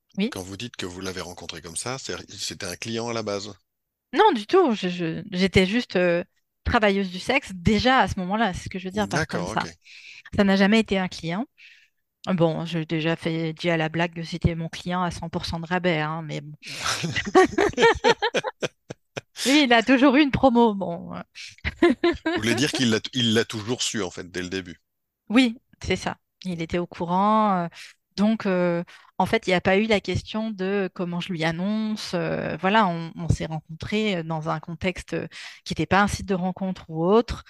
Oui. Quand vous dites que vous l'avez rencontré comme ça, c'était un client à la base. Non, du tout. J'étais juste travailleuse du sexe déjà à ce moment-là. C'est ce que je veux dire par comme D'accord, ok. ça. Ça n'a jamais été un client. Bon, j'ai déjà fait dit à la blague que c'était mon client à 100% de rabais, hein, mais bon. Lui, il a toujours eu une promo. Bon, Vous voulez dire qu'il l'a toujours su, en fait, dès le début. oui, c'est ça. Il était au courant. Donc, en fait, il n'y a pas eu la question de comment je lui annonce. Voilà, on s'est rencontrés dans un contexte qui n'était pas un site de rencontre ou autre.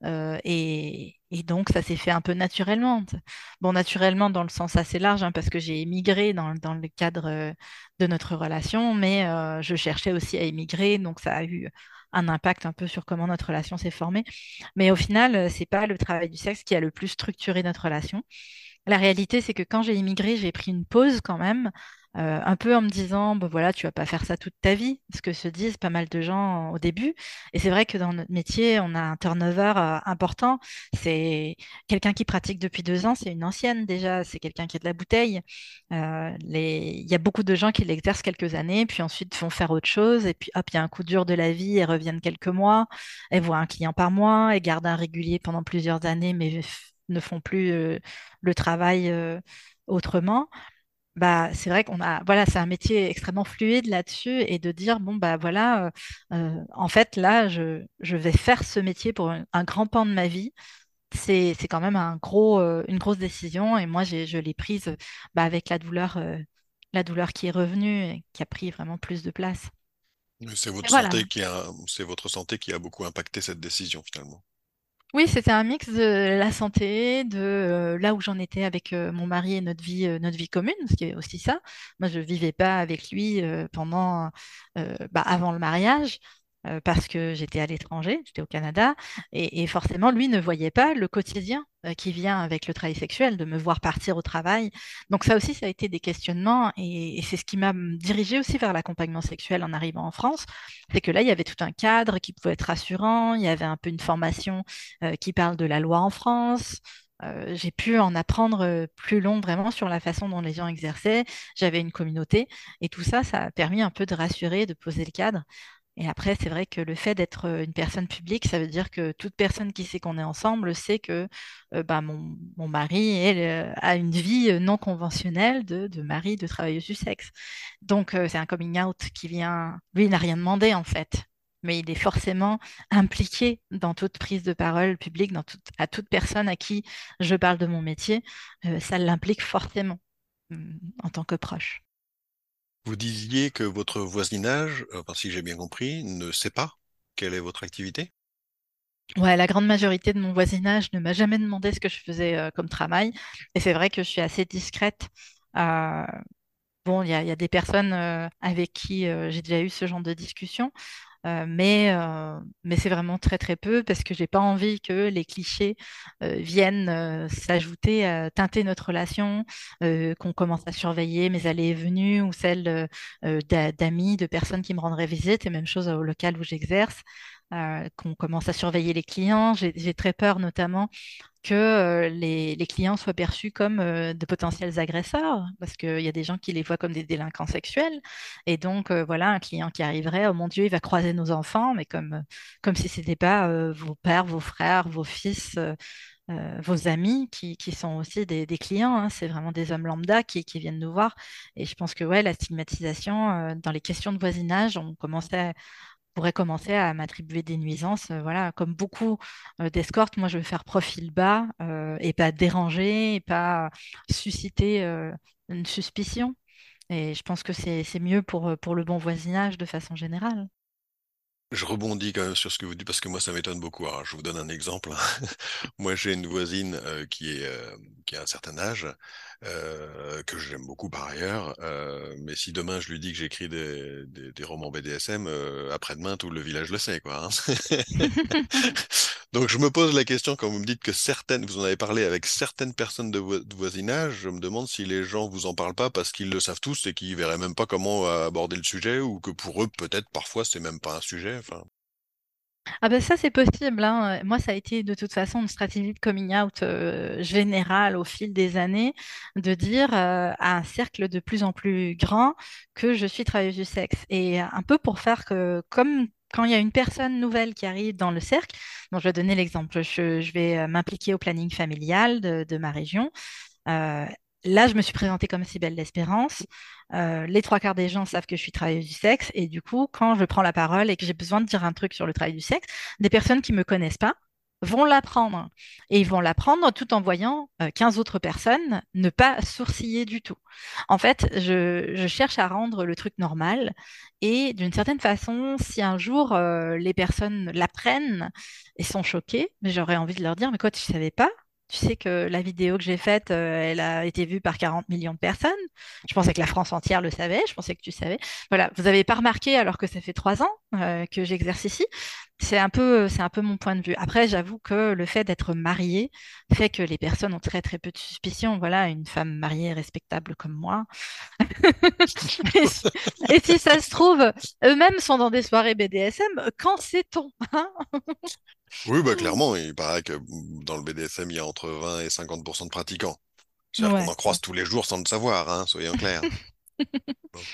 Et donc, ça s'est fait un peu naturellement. Bon, naturellement dans le sens assez large, hein, parce que j'ai émigré dans le cadre de notre relation, mais je cherchais aussi à émigrer. Donc, ça a eu un impact un peu sur comment notre relation s'est formée. Mais au final, c'est pas le travail du sexe qui a le plus structuré notre relation. La réalité, c'est que quand j'ai immigré, j'ai pris une pause quand même, un peu en me disant, bah voilà, tu vas pas faire ça toute ta vie, ce que se disent pas mal de gens au début. Et c'est vrai que dans notre métier, on a un turnover important. C'est quelqu'un qui pratique depuis 2 ans, c'est une ancienne déjà, c'est quelqu'un qui a de la bouteille. Il y a beaucoup de gens qui l'exercent quelques années, puis ensuite font faire autre chose, et puis hop, il y a un coup dur de la vie, et reviennent quelques mois, elles voient un client par mois, et gardent un régulier pendant plusieurs années, mais ne font plus le travail autrement. Bah, c'est vrai voilà, c'est un métier extrêmement fluide là-dessus et de dire, bon, bah voilà, en fait, là, je vais faire ce métier pour un grand pan de ma vie. C'est quand même une grosse décision et moi, je l'ai prise bah, avec la douleur qui est revenue et qui a pris vraiment plus de place. C'est Et votre voilà. santé c'est votre santé qui a beaucoup impacté cette décision, finalement. Oui, c'était un mix de la santé, de là où j'en étais avec mon mari et notre vie commune, ce qui est aussi ça. Moi, je vivais pas avec lui avant le mariage parce que j'étais à l'étranger, j'étais au Canada, et forcément, lui ne voyait pas le quotidien qui vient avec le travail sexuel, de me voir partir au travail. Donc ça aussi, ça a été des questionnements, et c'est ce qui m'a dirigée aussi vers l'accompagnement sexuel en arrivant en France. C'est que là, il y avait tout un cadre qui pouvait être rassurant, il y avait un peu une formation qui parle de la loi en France. J'ai pu en apprendre plus long vraiment sur la façon dont les gens exerçaient. J'avais une communauté et tout ça, ça a permis un peu de rassurer, de poser le cadre. Et après, c'est vrai que le fait d'être une personne publique, ça veut dire que toute personne qui sait qu'on est ensemble sait que mon mari elle, a une vie non conventionnelle de mari, de travailleuse du sexe. Donc, c'est un coming out qui vient. Lui, il n'a rien demandé en fait, mais il est forcément impliqué dans toute prise de parole publique, à toute personne à qui je parle de mon métier. Ça l'implique fortement en tant que proche. Vous disiez que votre voisinage, enfin, si j'ai bien compris, ne sait pas quelle est votre activité? Ouais, la grande majorité de mon voisinage ne m'a jamais demandé ce que je faisais comme travail. Et c'est vrai que je suis assez discrète. Euh, bon, il y a des personnes avec qui j'ai déjà eu ce genre de discussion. Mais c'est vraiment très très peu parce que j'ai pas envie que les clichés viennent s'ajouter, teinter notre relation, qu'on commence à surveiller mes allées et venues ou celles d'amis, de personnes qui me rendraient visite, et même chose au local où j'exerce, qu'on commence à surveiller les clients. J'ai très peur notamment que les clients soient perçus comme de potentiels agresseurs, parce qu'il y a des gens qui les voient comme des délinquants sexuels. Et donc, voilà, un client qui arriverait, oh mon Dieu, il va croiser nos enfants, mais comme si ce n'était pas vos pères, vos frères, vos fils, vos amis qui sont aussi des clients, hein. C'est vraiment des hommes lambda qui viennent nous voir. Et je pense que ouais, la stigmatisation dans les questions de voisinage, pourrait commencer à m'attribuer des nuisances. Voilà, comme beaucoup d'escortes, moi je veux faire profil bas et pas déranger, et pas susciter une suspicion. Et je pense que c'est mieux pour le bon voisinage de façon générale. Je rebondis quand même sur ce que vous dites parce que moi ça m'étonne beaucoup. Alors, je vous donne un exemple. Moi j'ai une voisine qui a un certain âge, que j'aime beaucoup par ailleurs. Mais si demain je lui dis que j'écris des romans BDSM, après-demain tout le village le sait, quoi, hein. Donc je me pose la question quand vous me dites que vous en avez parlé avec certaines personnes de voisinage, je me demande si les gens vous en parlent pas parce qu'ils le savent tous et qu'ils verraient même pas comment aborder le sujet ou que pour eux peut-être parfois c'est même pas un sujet. Enfin. Ah ben ça c'est possible, hein. Moi ça a été de toute façon une stratégie de coming out générale au fil des années de dire à un cercle de plus en plus grand que je suis travailleuse du sexe et un peu pour faire que comme quand il y a une personne nouvelle qui arrive dans le cercle, donc je vais donner l'exemple, je vais m'impliquer au planning familial de ma région. Euh, Là, je me suis présentée comme Cybèle d'Espérance. Les trois quarts des gens savent que je suis travailleuse du sexe. Et du coup, quand je prends la parole et que j'ai besoin de dire un truc sur le travail du sexe, des personnes qui ne me connaissent pas vont l'apprendre. Et ils vont l'apprendre tout en voyant 15 autres personnes ne pas sourciller du tout. En fait, je cherche à rendre le truc normal. Et d'une certaine façon, si un jour les personnes l'apprennent et sont choquées, mais j'aurais envie de leur dire, mais quoi, tu ne savais pas? Tu sais que la vidéo que j'ai faite, elle a été vue par 40 millions de personnes. Je pensais que la France entière le savait. Je pensais que tu savais. Voilà, vous n'avez pas remarqué alors que ça fait 3 ans que j'exerce ici. C'est un peu mon point de vue. Après, j'avoue que le fait d'être mariée fait que les personnes ont très très peu de suspicions. Voilà, une femme mariée respectable comme moi. Et si, et si ça se trouve, eux-mêmes sont dans des soirées BDSM, qu'en sait-on, hein? Oui, bah clairement, il paraît que dans le BDSM, il y a entre 20 et 50% de pratiquants. C'est-à-dire qu'on Ouais. en croise tous les jours sans le savoir, hein, soyons clairs. Bon.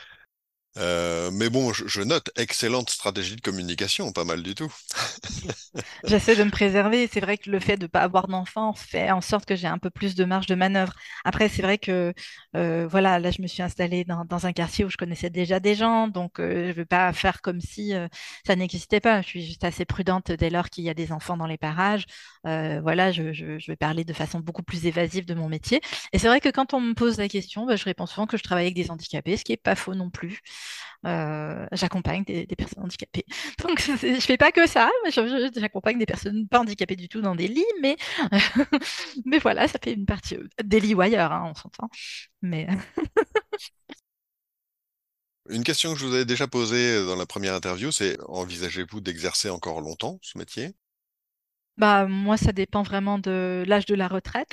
Mais bon, je note, excellente stratégie de communication, pas mal du tout. J'essaie de me préserver. C'est vrai que le fait de ne pas avoir d'enfant fait en sorte que j'ai un peu plus de marge de manœuvre. Après, c'est vrai que voilà, là, je me suis installée dans un quartier où je connaissais déjà des gens, donc je ne veux pas faire comme si ça n'existait pas. Je suis juste assez prudente dès lors qu'il y a des enfants dans les parages. Voilà, je vais parler de façon beaucoup plus évasive de mon métier. Et c'est vrai que quand on me pose la question, bah, je réponds souvent que je travaille avec des handicapés, ce qui n'est pas faux non plus. J'accompagne des personnes handicapées. Donc, je fais pas que ça, mais j'accompagne des personnes pas handicapées du tout dans des lits, mais, mais voilà, ça fait une partie des lits ou ailleurs, hein, on s'entend. Mais Une question que je vous avais déjà posée dans la première interview, c'est envisagez-vous d'exercer encore longtemps ce métier? bah, moi, ça dépend vraiment de l'âge de la retraite.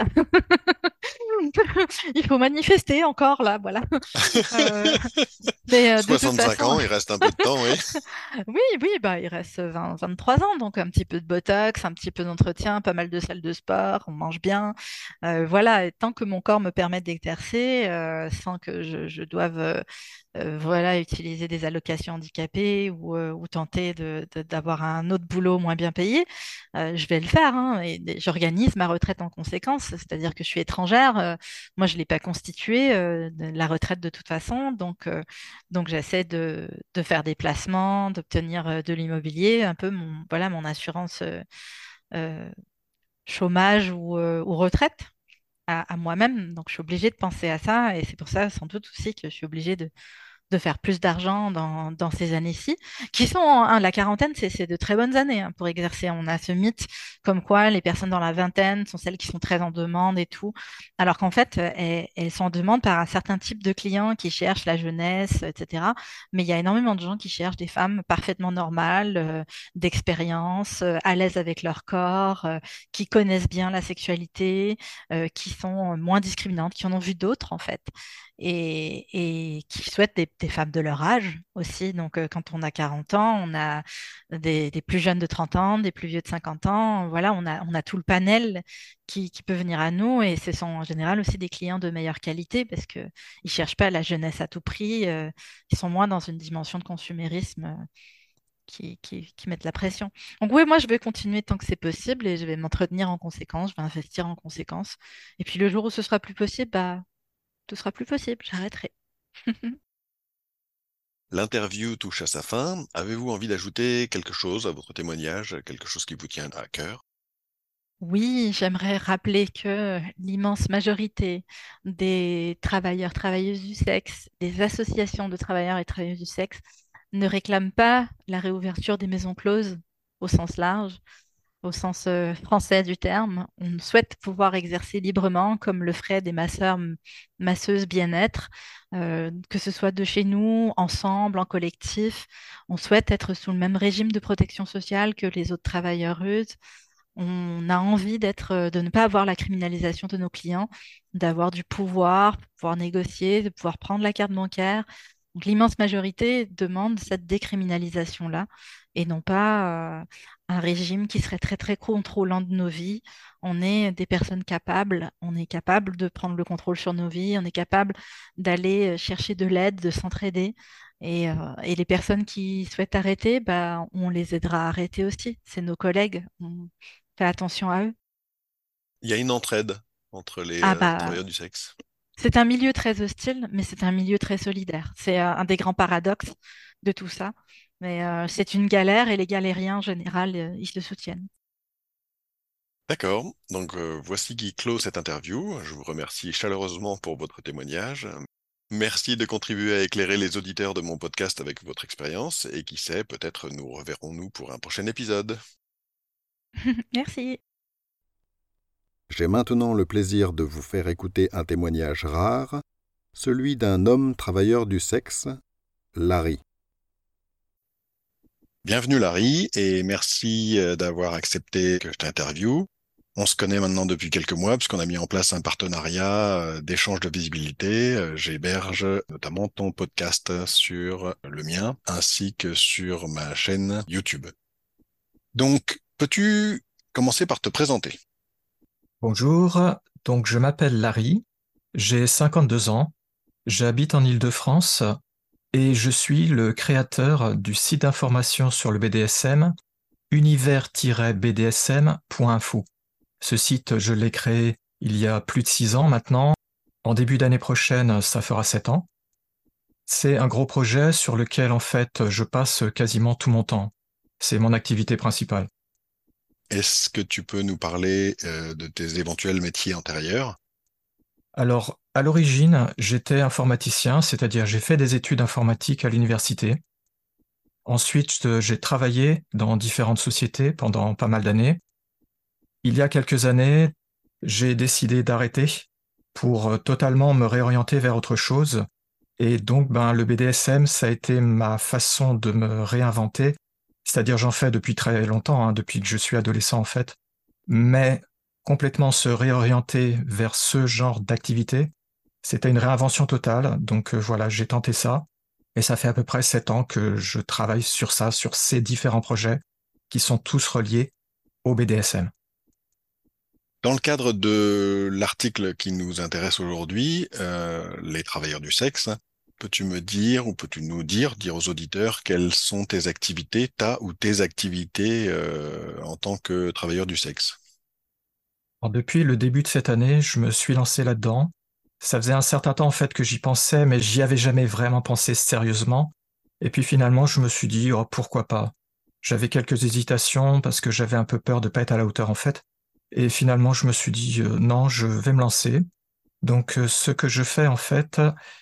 Il faut manifester encore là, voilà. Euh, mais de toute 65 façon, ans, il reste un peu de temps, oui. oui, oui, bah, il reste 23 ans, donc un petit peu de botox, un petit peu d'entretien, pas mal de salles de sport, on mange bien. Voilà, et tant que mon corps me permet d'exercer, sans que je doive voilà, utiliser des allocations handicapées ou tenter d'avoir un autre boulot moins bien payé, je vais le faire, hein, et j'organise ma retraite en conséquence, c'est-à-dire que je suis étrangère, moi je ne l'ai pas constituée, la retraite de toute façon, donc j'essaie de faire des placements, d'obtenir de l'immobilier, un peu voilà, mon assurance euh, chômage ou retraite à moi-même. Donc je suis obligée de penser à ça et c'est pour ça sans doute aussi que je suis obligée de faire plus d'argent dans ces années-ci, qui sont, hein, la quarantaine, c'est de très bonnes années hein, pour exercer. On a ce mythe comme quoi les personnes dans la vingtaine sont celles qui sont très en demande et tout, alors qu'en fait, elles sont en demande par un certain type de clients qui cherchent la jeunesse, etc. Mais il y a énormément de gens qui cherchent des femmes parfaitement normales, d'expérience, à l'aise avec leur corps, qui connaissent bien la sexualité, qui sont moins discriminantes, qui en ont vu d'autres en fait et qui souhaitent des femmes de leur âge aussi. Donc, quand on a 40 ans, on a des plus jeunes de 30 ans, des plus vieux de 50 ans. Voilà, on a tout le panel qui peut venir à nous et ce sont en général aussi des clients de meilleure qualité parce qu'ils ne cherchent pas la jeunesse à tout prix. Ils sont moins dans une dimension de consumérisme. Qui mettent la pression. Donc oui, moi je vais continuer tant que c'est possible et je vais m'entretenir en conséquence, je vais investir en conséquence. Et puis le jour où ce sera plus possible, bah tout sera plus possible, j'arrêterai. L'interview touche à sa fin. Avez-vous envie d'ajouter quelque chose à votre témoignage, quelque chose qui vous tient à cœur? Oui, j'aimerais rappeler que l'immense majorité des travailleurs, travailleuses du sexe, des associations de travailleurs et travailleuses du sexe ne réclament pas la réouverture des maisons closes au sens large, au sens français du terme. On souhaite pouvoir exercer librement, comme le feraient des masseurs, masseuses bien-être, que ce soit de chez nous, ensemble, en collectif. On souhaite être sous le même régime de protection sociale que les autres travailleuses. On a envie de ne pas avoir la criminalisation de nos clients, d'avoir du pouvoir, de pouvoir négocier, de pouvoir prendre la carte bancaire, Donc, l'immense majorité demande cette décriminalisation-là et non pas un régime qui serait très, très contrôlant de nos vies. On est des personnes capables, on est capable de prendre le contrôle sur nos vies, on est capable d'aller chercher de l'aide, de s'entraider. Et les personnes qui souhaitent arrêter, bah, on les aidera à arrêter aussi. C'est nos collègues, on fait attention à eux. Il y a une entraide entre les Ah bah, travailleurs du sexe. c'est un milieu très hostile, mais c'est un milieu très solidaire. C'est un des grands paradoxes de tout ça. Mais c'est une galère et les galériens en général, ils se soutiennent. D'accord, donc voici qui clôt cette interview. Je vous remercie chaleureusement pour votre témoignage. Merci de contribuer à éclairer les auditeurs de mon podcast avec votre expérience et qui sait, peut-être nous reverrons-nous pour un prochain épisode. Merci. J'ai maintenant le plaisir de vous faire écouter un témoignage rare, celui d'un homme travailleur du sexe, Larry. Bienvenue Larry et merci d'avoir accepté que je t'interviewe. On se connaît maintenant depuis quelques mois puisqu'on a mis en place un partenariat d'échange de visibilité. J'héberge notamment ton podcast sur le mien ainsi que sur ma chaîne YouTube. Donc, peux-tu commencer par te présenter? Bonjour, donc je m'appelle Larry, j'ai 52 ans, j'habite en Île-de-France et je suis le créateur du site d'information sur le BDSM univers-bdsm.info. Ce site, je l'ai créé il y a plus de 6 ans maintenant. En début d'année prochaine, ça fera 7 ans. C'est un gros projet sur lequel en fait je passe quasiment tout mon temps. C'est mon activité principale. Est-ce que tu peux nous parler de tes éventuels métiers antérieurs? Alors, à l'origine, j'étais informaticien, c'est-à-dire j'ai fait des études informatiques à l'université. Ensuite, j'ai travaillé dans différentes sociétés pendant pas mal d'années. Il y a quelques années, j'ai décidé d'arrêter pour totalement me réorienter vers autre chose. Et donc, le BDSM, ça a été ma façon de me réinventer. C'est-à-dire, j'en fais depuis très longtemps, depuis que je suis adolescent en fait. Mais complètement se réorienter vers ce genre d'activité, c'était une réinvention totale. Donc voilà, j'ai tenté ça. Et ça fait à peu près 7 ans que je travaille sur ça, sur ces différents projets qui sont tous reliés au BDSM. Dans le cadre de l'article qui nous intéresse aujourd'hui, les travailleurs du sexe, peux-tu me dire ou peux-tu nous dire aux auditeurs quelles sont tes activités, ta ou tes activités en tant que travailleur du sexe? Alors, depuis le début de cette année, je me suis lancé là-dedans. Ça faisait un certain temps en fait que j'y pensais, mais j'y avais jamais vraiment pensé sérieusement. Et puis finalement, je me suis dit, oh, pourquoi pas? J'avais quelques hésitations parce que j'avais un peu peur de pas être à la hauteur en fait. Et finalement, je me suis dit, non, je vais me lancer. Donc, ce que je fais en fait,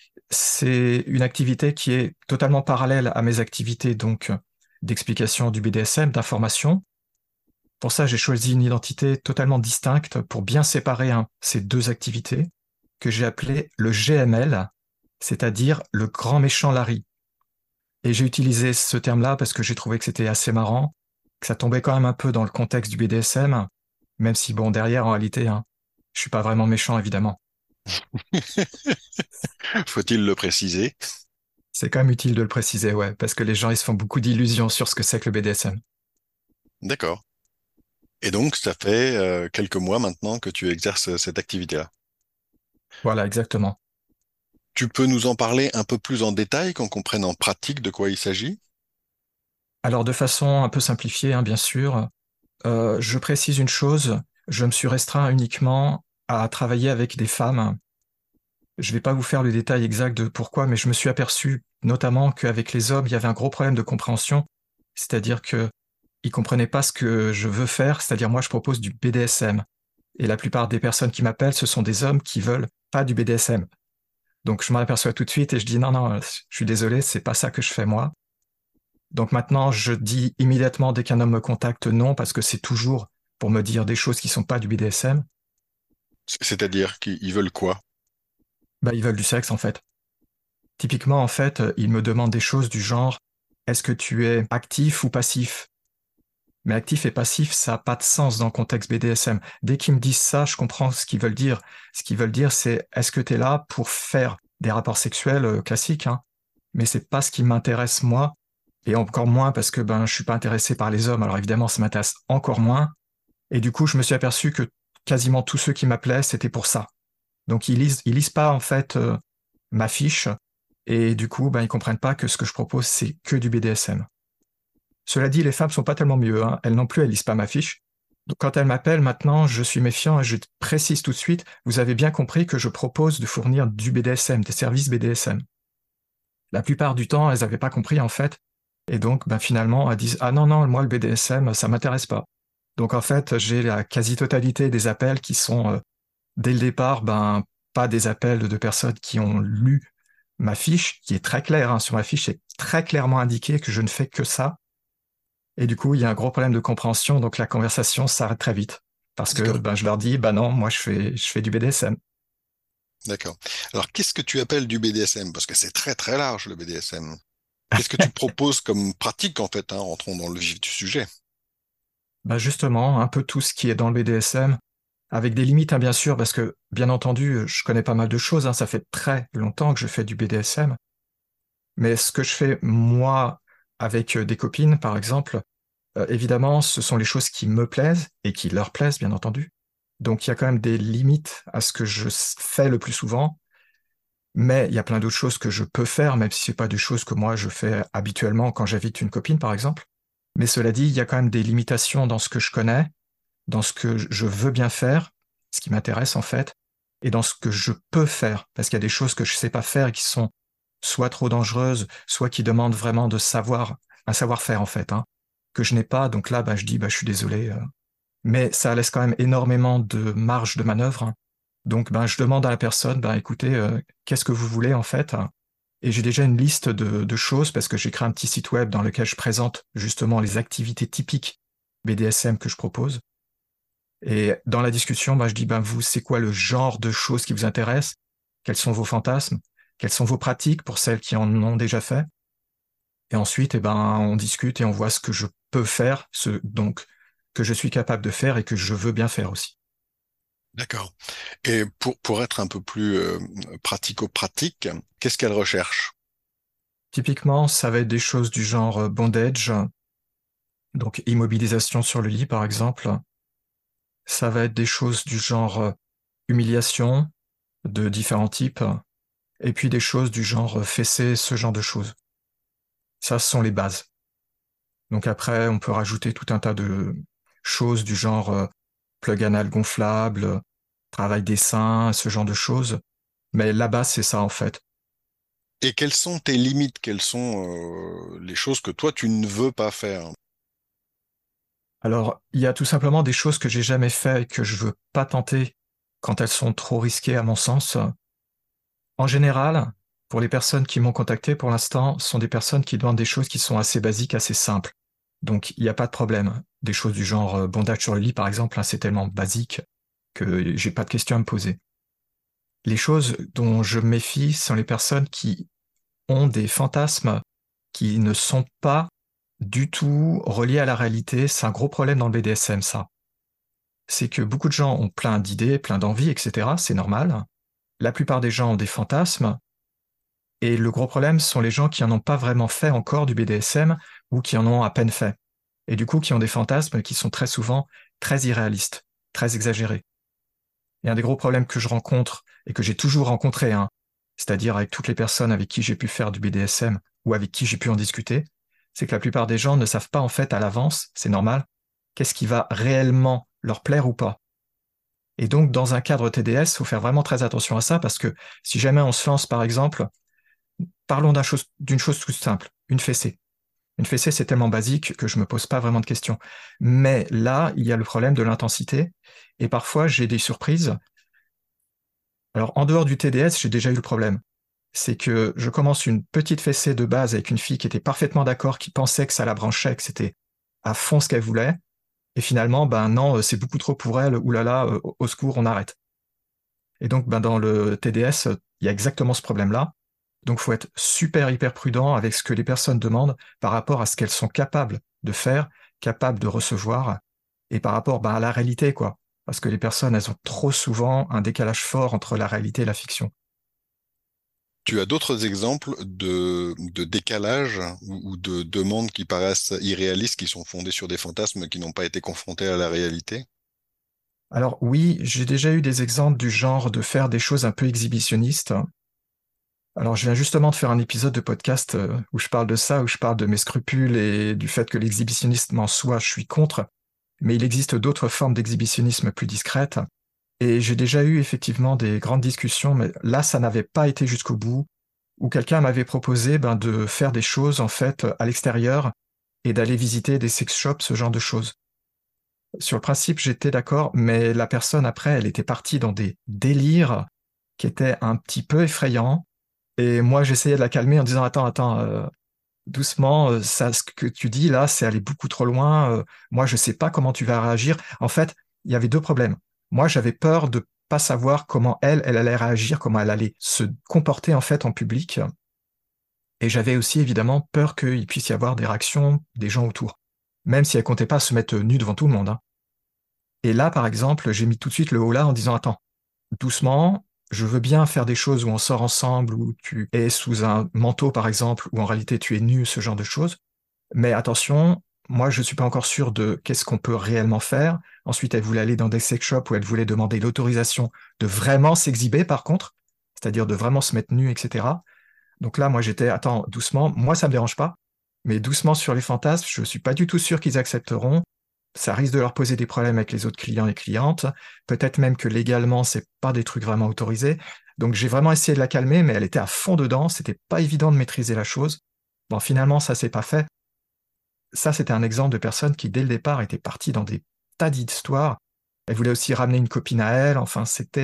c'est une activité qui est totalement parallèle à mes activités donc d'explication du BDSM, d'information. Pour ça, j'ai choisi une identité totalement distincte pour bien séparer ces deux activités que j'ai appelé le GML, c'est-à-dire le grand méchant Larry. Et j'ai utilisé ce terme-là parce que j'ai trouvé que c'était assez marrant, que ça tombait quand même un peu dans le contexte du BDSM, même si, bon, derrière, en réalité, je suis pas vraiment méchant, évidemment. Faut-il le préciser? C'est quand même utile de le préciser, ouais, parce que les gens, ils se font beaucoup d'illusions sur ce que c'est que le BDSM. D'accord. Et donc, ça fait quelques mois maintenant que tu exerces cette activité-là. Voilà, exactement. Tu peux nous en parler un peu plus en détail, qu'on comprenne en pratique de quoi il s'agit? Alors, de façon un peu simplifiée, bien sûr, je précise une chose, je me suis restreint uniquement à travailler avec des femmes. Je ne vais pas vous faire le détail exact de pourquoi, mais je me suis aperçu notamment qu'avec les hommes, il y avait un gros problème de compréhension, c'est-à-dire qu'ils ne comprenaient pas ce que je veux faire, c'est-à-dire moi, je propose du BDSM. Et la plupart des personnes qui m'appellent, ce sont des hommes qui veulent pas du BDSM. Donc, je m'en aperçois tout de suite et je dis non, non, je suis désolé, c'est pas ça que je fais moi. Donc maintenant, je dis immédiatement dès qu'un homme me contacte non, parce que c'est toujours pour me dire des choses qui sont pas du BDSM. C'est-à-dire qu'ils veulent quoi? Ils veulent du sexe en fait. Typiquement, en fait, ils me demandent des choses du genre est-ce que tu es actif ou passif? Mais actif et passif, ça n'a pas de sens dans le contexte BDSM. Dès qu'ils me disent ça, je comprends ce qu'ils veulent dire. Ce qu'ils veulent dire, c'est est-ce que tu es là pour faire des rapports sexuels classiques, mais c'est pas ce qui m'intéresse moi, et encore moins parce que je suis pas intéressé par les hommes. Alors évidemment, ça m'intéresse encore moins. Et du coup, je me suis aperçu que quasiment tous ceux qui m'appelaient, c'était pour ça. Donc ils lisent pas en fait ma fiche, et du coup, ils comprennent pas que ce que je propose, c'est que du BDSM. Cela dit, les femmes sont pas tellement mieux, hein. Elles non plus, elles lisent pas ma fiche. Donc quand elles m'appellent maintenant, je suis méfiant et je précise tout de suite, vous avez bien compris que je propose de fournir du BDSM, des services BDSM. La plupart du temps, elles n'avaient pas compris en fait, et donc finalement, elles disent ah non, non, moi le BDSM, ça m'intéresse pas. Donc en fait, j'ai la quasi-totalité des appels qui sont dès le départ, pas des appels de personnes qui ont lu ma fiche, qui est très claire, hein. Sur ma fiche, c'est très clairement indiqué que je ne fais que ça. Et du coup, il y a un gros problème de compréhension, donc la conversation s'arrête très vite. Parce que je leur dis, non, moi je fais du BDSM. D'accord. Alors, qu'est-ce que tu appelles du BDSM? Parce que c'est très très large le BDSM. Qu'est-ce que tu proposes comme pratique en fait, hein? Rentrons dans le vif du sujet. Justement, un peu tout ce qui est dans le BDSM, avec des limites, hein, bien sûr, parce que, bien entendu, je connais pas mal de choses, hein, ça fait très longtemps que je fais du BDSM. Mais ce que je fais, moi, avec des copines, par exemple, évidemment, ce sont les choses qui me plaisent et qui leur plaisent, bien entendu. Donc, il y a quand même des limites à ce que je fais le plus souvent. Mais il y a plein d'autres choses que je peux faire, même si c'est pas des choses que moi je fais habituellement quand j'invite une copine, par exemple. Mais cela dit, il y a quand même des limitations dans ce que je connais, dans ce que je veux bien faire, ce qui m'intéresse en fait, et dans ce que je peux faire, parce qu'il y a des choses que je sais pas faire et qui sont soit trop dangereuses, soit qui demandent vraiment un savoir-faire en fait, hein, que je n'ai pas. Donc là, je dis, je suis désolé, mais ça laisse quand même énormément de marge de manœuvre, hein. Donc, je demande à la personne, écoutez, qu'est-ce que vous voulez en fait? Et j'ai déjà une liste de choses parce que j'ai créé un petit site web dans lequel je présente justement les activités typiques BDSM que je propose. Et dans la discussion, je dis, vous, c'est quoi le genre de choses qui vous intéressent? Quels sont vos fantasmes? Quelles sont vos pratiques pour celles qui en ont déjà fait? Et ensuite, on discute et on voit ce que je peux faire, donc que je suis capable de faire et que je veux bien faire aussi. D'accord. Et pour être un peu plus pratico-pratique, qu'est-ce qu'elle recherche? Typiquement, ça va être des choses du genre bondage, donc immobilisation sur le lit par exemple. Ça va être des choses du genre humiliation de différents types, et puis des choses du genre fessée, ce genre de choses. Ça, ce sont les bases. Donc après, on peut rajouter tout un tas de choses du genre plug anal gonflable, travail des seins, ce genre de choses. Mais la base, c'est ça en fait. Et quelles sont tes limites? Quelles sont les choses que toi, tu ne veux pas faire? Alors, il y a tout simplement des choses que j'ai jamais fait et que je veux pas tenter quand elles sont trop risquées à mon sens. En général, pour les personnes qui m'ont contacté pour l'instant, sont des personnes qui demandent des choses qui sont assez basiques, assez simples. Donc, il n'y a pas de problème. Des choses du genre bondage sur le lit, par exemple, hein, c'est tellement basique que j'ai pas de questions à me poser. Les choses dont je me méfie sont les personnes qui ont des fantasmes qui ne sont pas du tout reliés à la réalité. C'est un gros problème dans le BDSM, ça. C'est que beaucoup de gens ont plein d'idées, plein d'envies, etc. C'est normal. La plupart des gens ont des fantasmes. Et le gros problème sont les gens qui n'en ont pas vraiment fait encore du BDSM ou qui en ont à peine fait. Et du coup, qui ont des fantasmes qui sont très souvent très irréalistes, très exagérés. Et un des gros problèmes que je rencontre et que j'ai toujours rencontré, hein, c'est-à-dire avec toutes les personnes avec qui j'ai pu faire du BDSM ou avec qui j'ai pu en discuter, c'est que la plupart des gens ne savent pas en fait à l'avance, c'est normal, qu'est-ce qui va réellement leur plaire ou pas. Et donc, dans un cadre TDS, il faut faire vraiment très attention à ça parce que si jamais on se lance, par exemple, parlons d'une chose toute simple, une fessée. Une fessée, c'est tellement basique que je me pose pas vraiment de questions. Mais là, il y a le problème de l'intensité et parfois j'ai des surprises. Alors, en dehors du TDS, j'ai déjà eu le problème. C'est que je commence une petite fessée de base avec une fille qui était parfaitement d'accord, qui pensait que ça la branchait, que c'était à fond ce qu'elle voulait. Et finalement, non, c'est beaucoup trop pour elle, oulala, au secours, on arrête. Et donc, dans le TDS, il y a exactement ce problème-là. Donc, il faut être super, hyper prudent avec ce que les personnes demandent par rapport à ce qu'elles sont capables de faire, capables de recevoir, et par rapport à la réalité, quoi. Parce que les personnes, elles ont trop souvent un décalage fort entre la réalité et la fiction. Tu as d'autres exemples de décalage ou de demandes qui paraissent irréalistes, qui sont fondées sur des fantasmes qui n'ont pas été confrontés à la réalité? Alors oui, j'ai déjà eu des exemples du genre de faire des choses un peu exhibitionnistes. Alors je viens justement de faire un épisode de podcast où je parle de ça, où je parle de mes scrupules et du fait que l'exhibitionnisme en soi, je suis contre, mais il existe d'autres formes d'exhibitionnisme plus discrètes. Et j'ai déjà eu effectivement des grandes discussions, mais là, ça n'avait pas été jusqu'au bout, où quelqu'un m'avait proposé de faire des choses en fait à l'extérieur et d'aller visiter des sex shops, ce genre de choses. Sur le principe, j'étais d'accord, mais la personne après, elle était partie dans des délires qui étaient un petit peu effrayants. Et moi, j'essayais de la calmer en disant, attends, doucement, ça, ce que tu dis là, c'est aller beaucoup trop loin. Moi, je sais pas comment tu vas réagir. En fait, il y avait deux problèmes. Moi, j'avais peur de pas savoir comment elle allait réagir, comment elle allait se comporter en fait en public. Et j'avais aussi évidemment peur qu'il puisse y avoir des réactions des gens autour, même si elle comptait pas se mettre nue devant tout le monde, hein. Et là, par exemple, j'ai mis tout de suite le haut là en disant, attends, doucement, je veux bien faire des choses où on sort ensemble, où tu es sous un manteau, par exemple, où en réalité tu es nu, ce genre de choses. Mais attention, moi, je suis pas encore sûr de qu'est-ce qu'on peut réellement faire. Ensuite, elle voulait aller dans des sex shops où elle voulait demander l'autorisation de vraiment s'exhiber, par contre, c'est-à-dire de vraiment se mettre nu, etc. Donc là, moi, j'étais, attends, doucement, moi, ça me dérange pas, mais doucement sur les fantasmes, je suis pas du tout sûr qu'ils accepteront. Ça risque de leur poser des problèmes avec les autres clients et clientes. Peut-être même que légalement, c'est pas des trucs vraiment autorisés. Donc j'ai vraiment essayé de la calmer, mais elle était à fond dedans. C'était pas évident de maîtriser la chose. Bon, finalement, ça s'est pas fait. Ça, c'était un exemple de personne qui, dès le départ, était partie dans des tas d'histoires. Elle voulait aussi ramener une copine à elle. Enfin,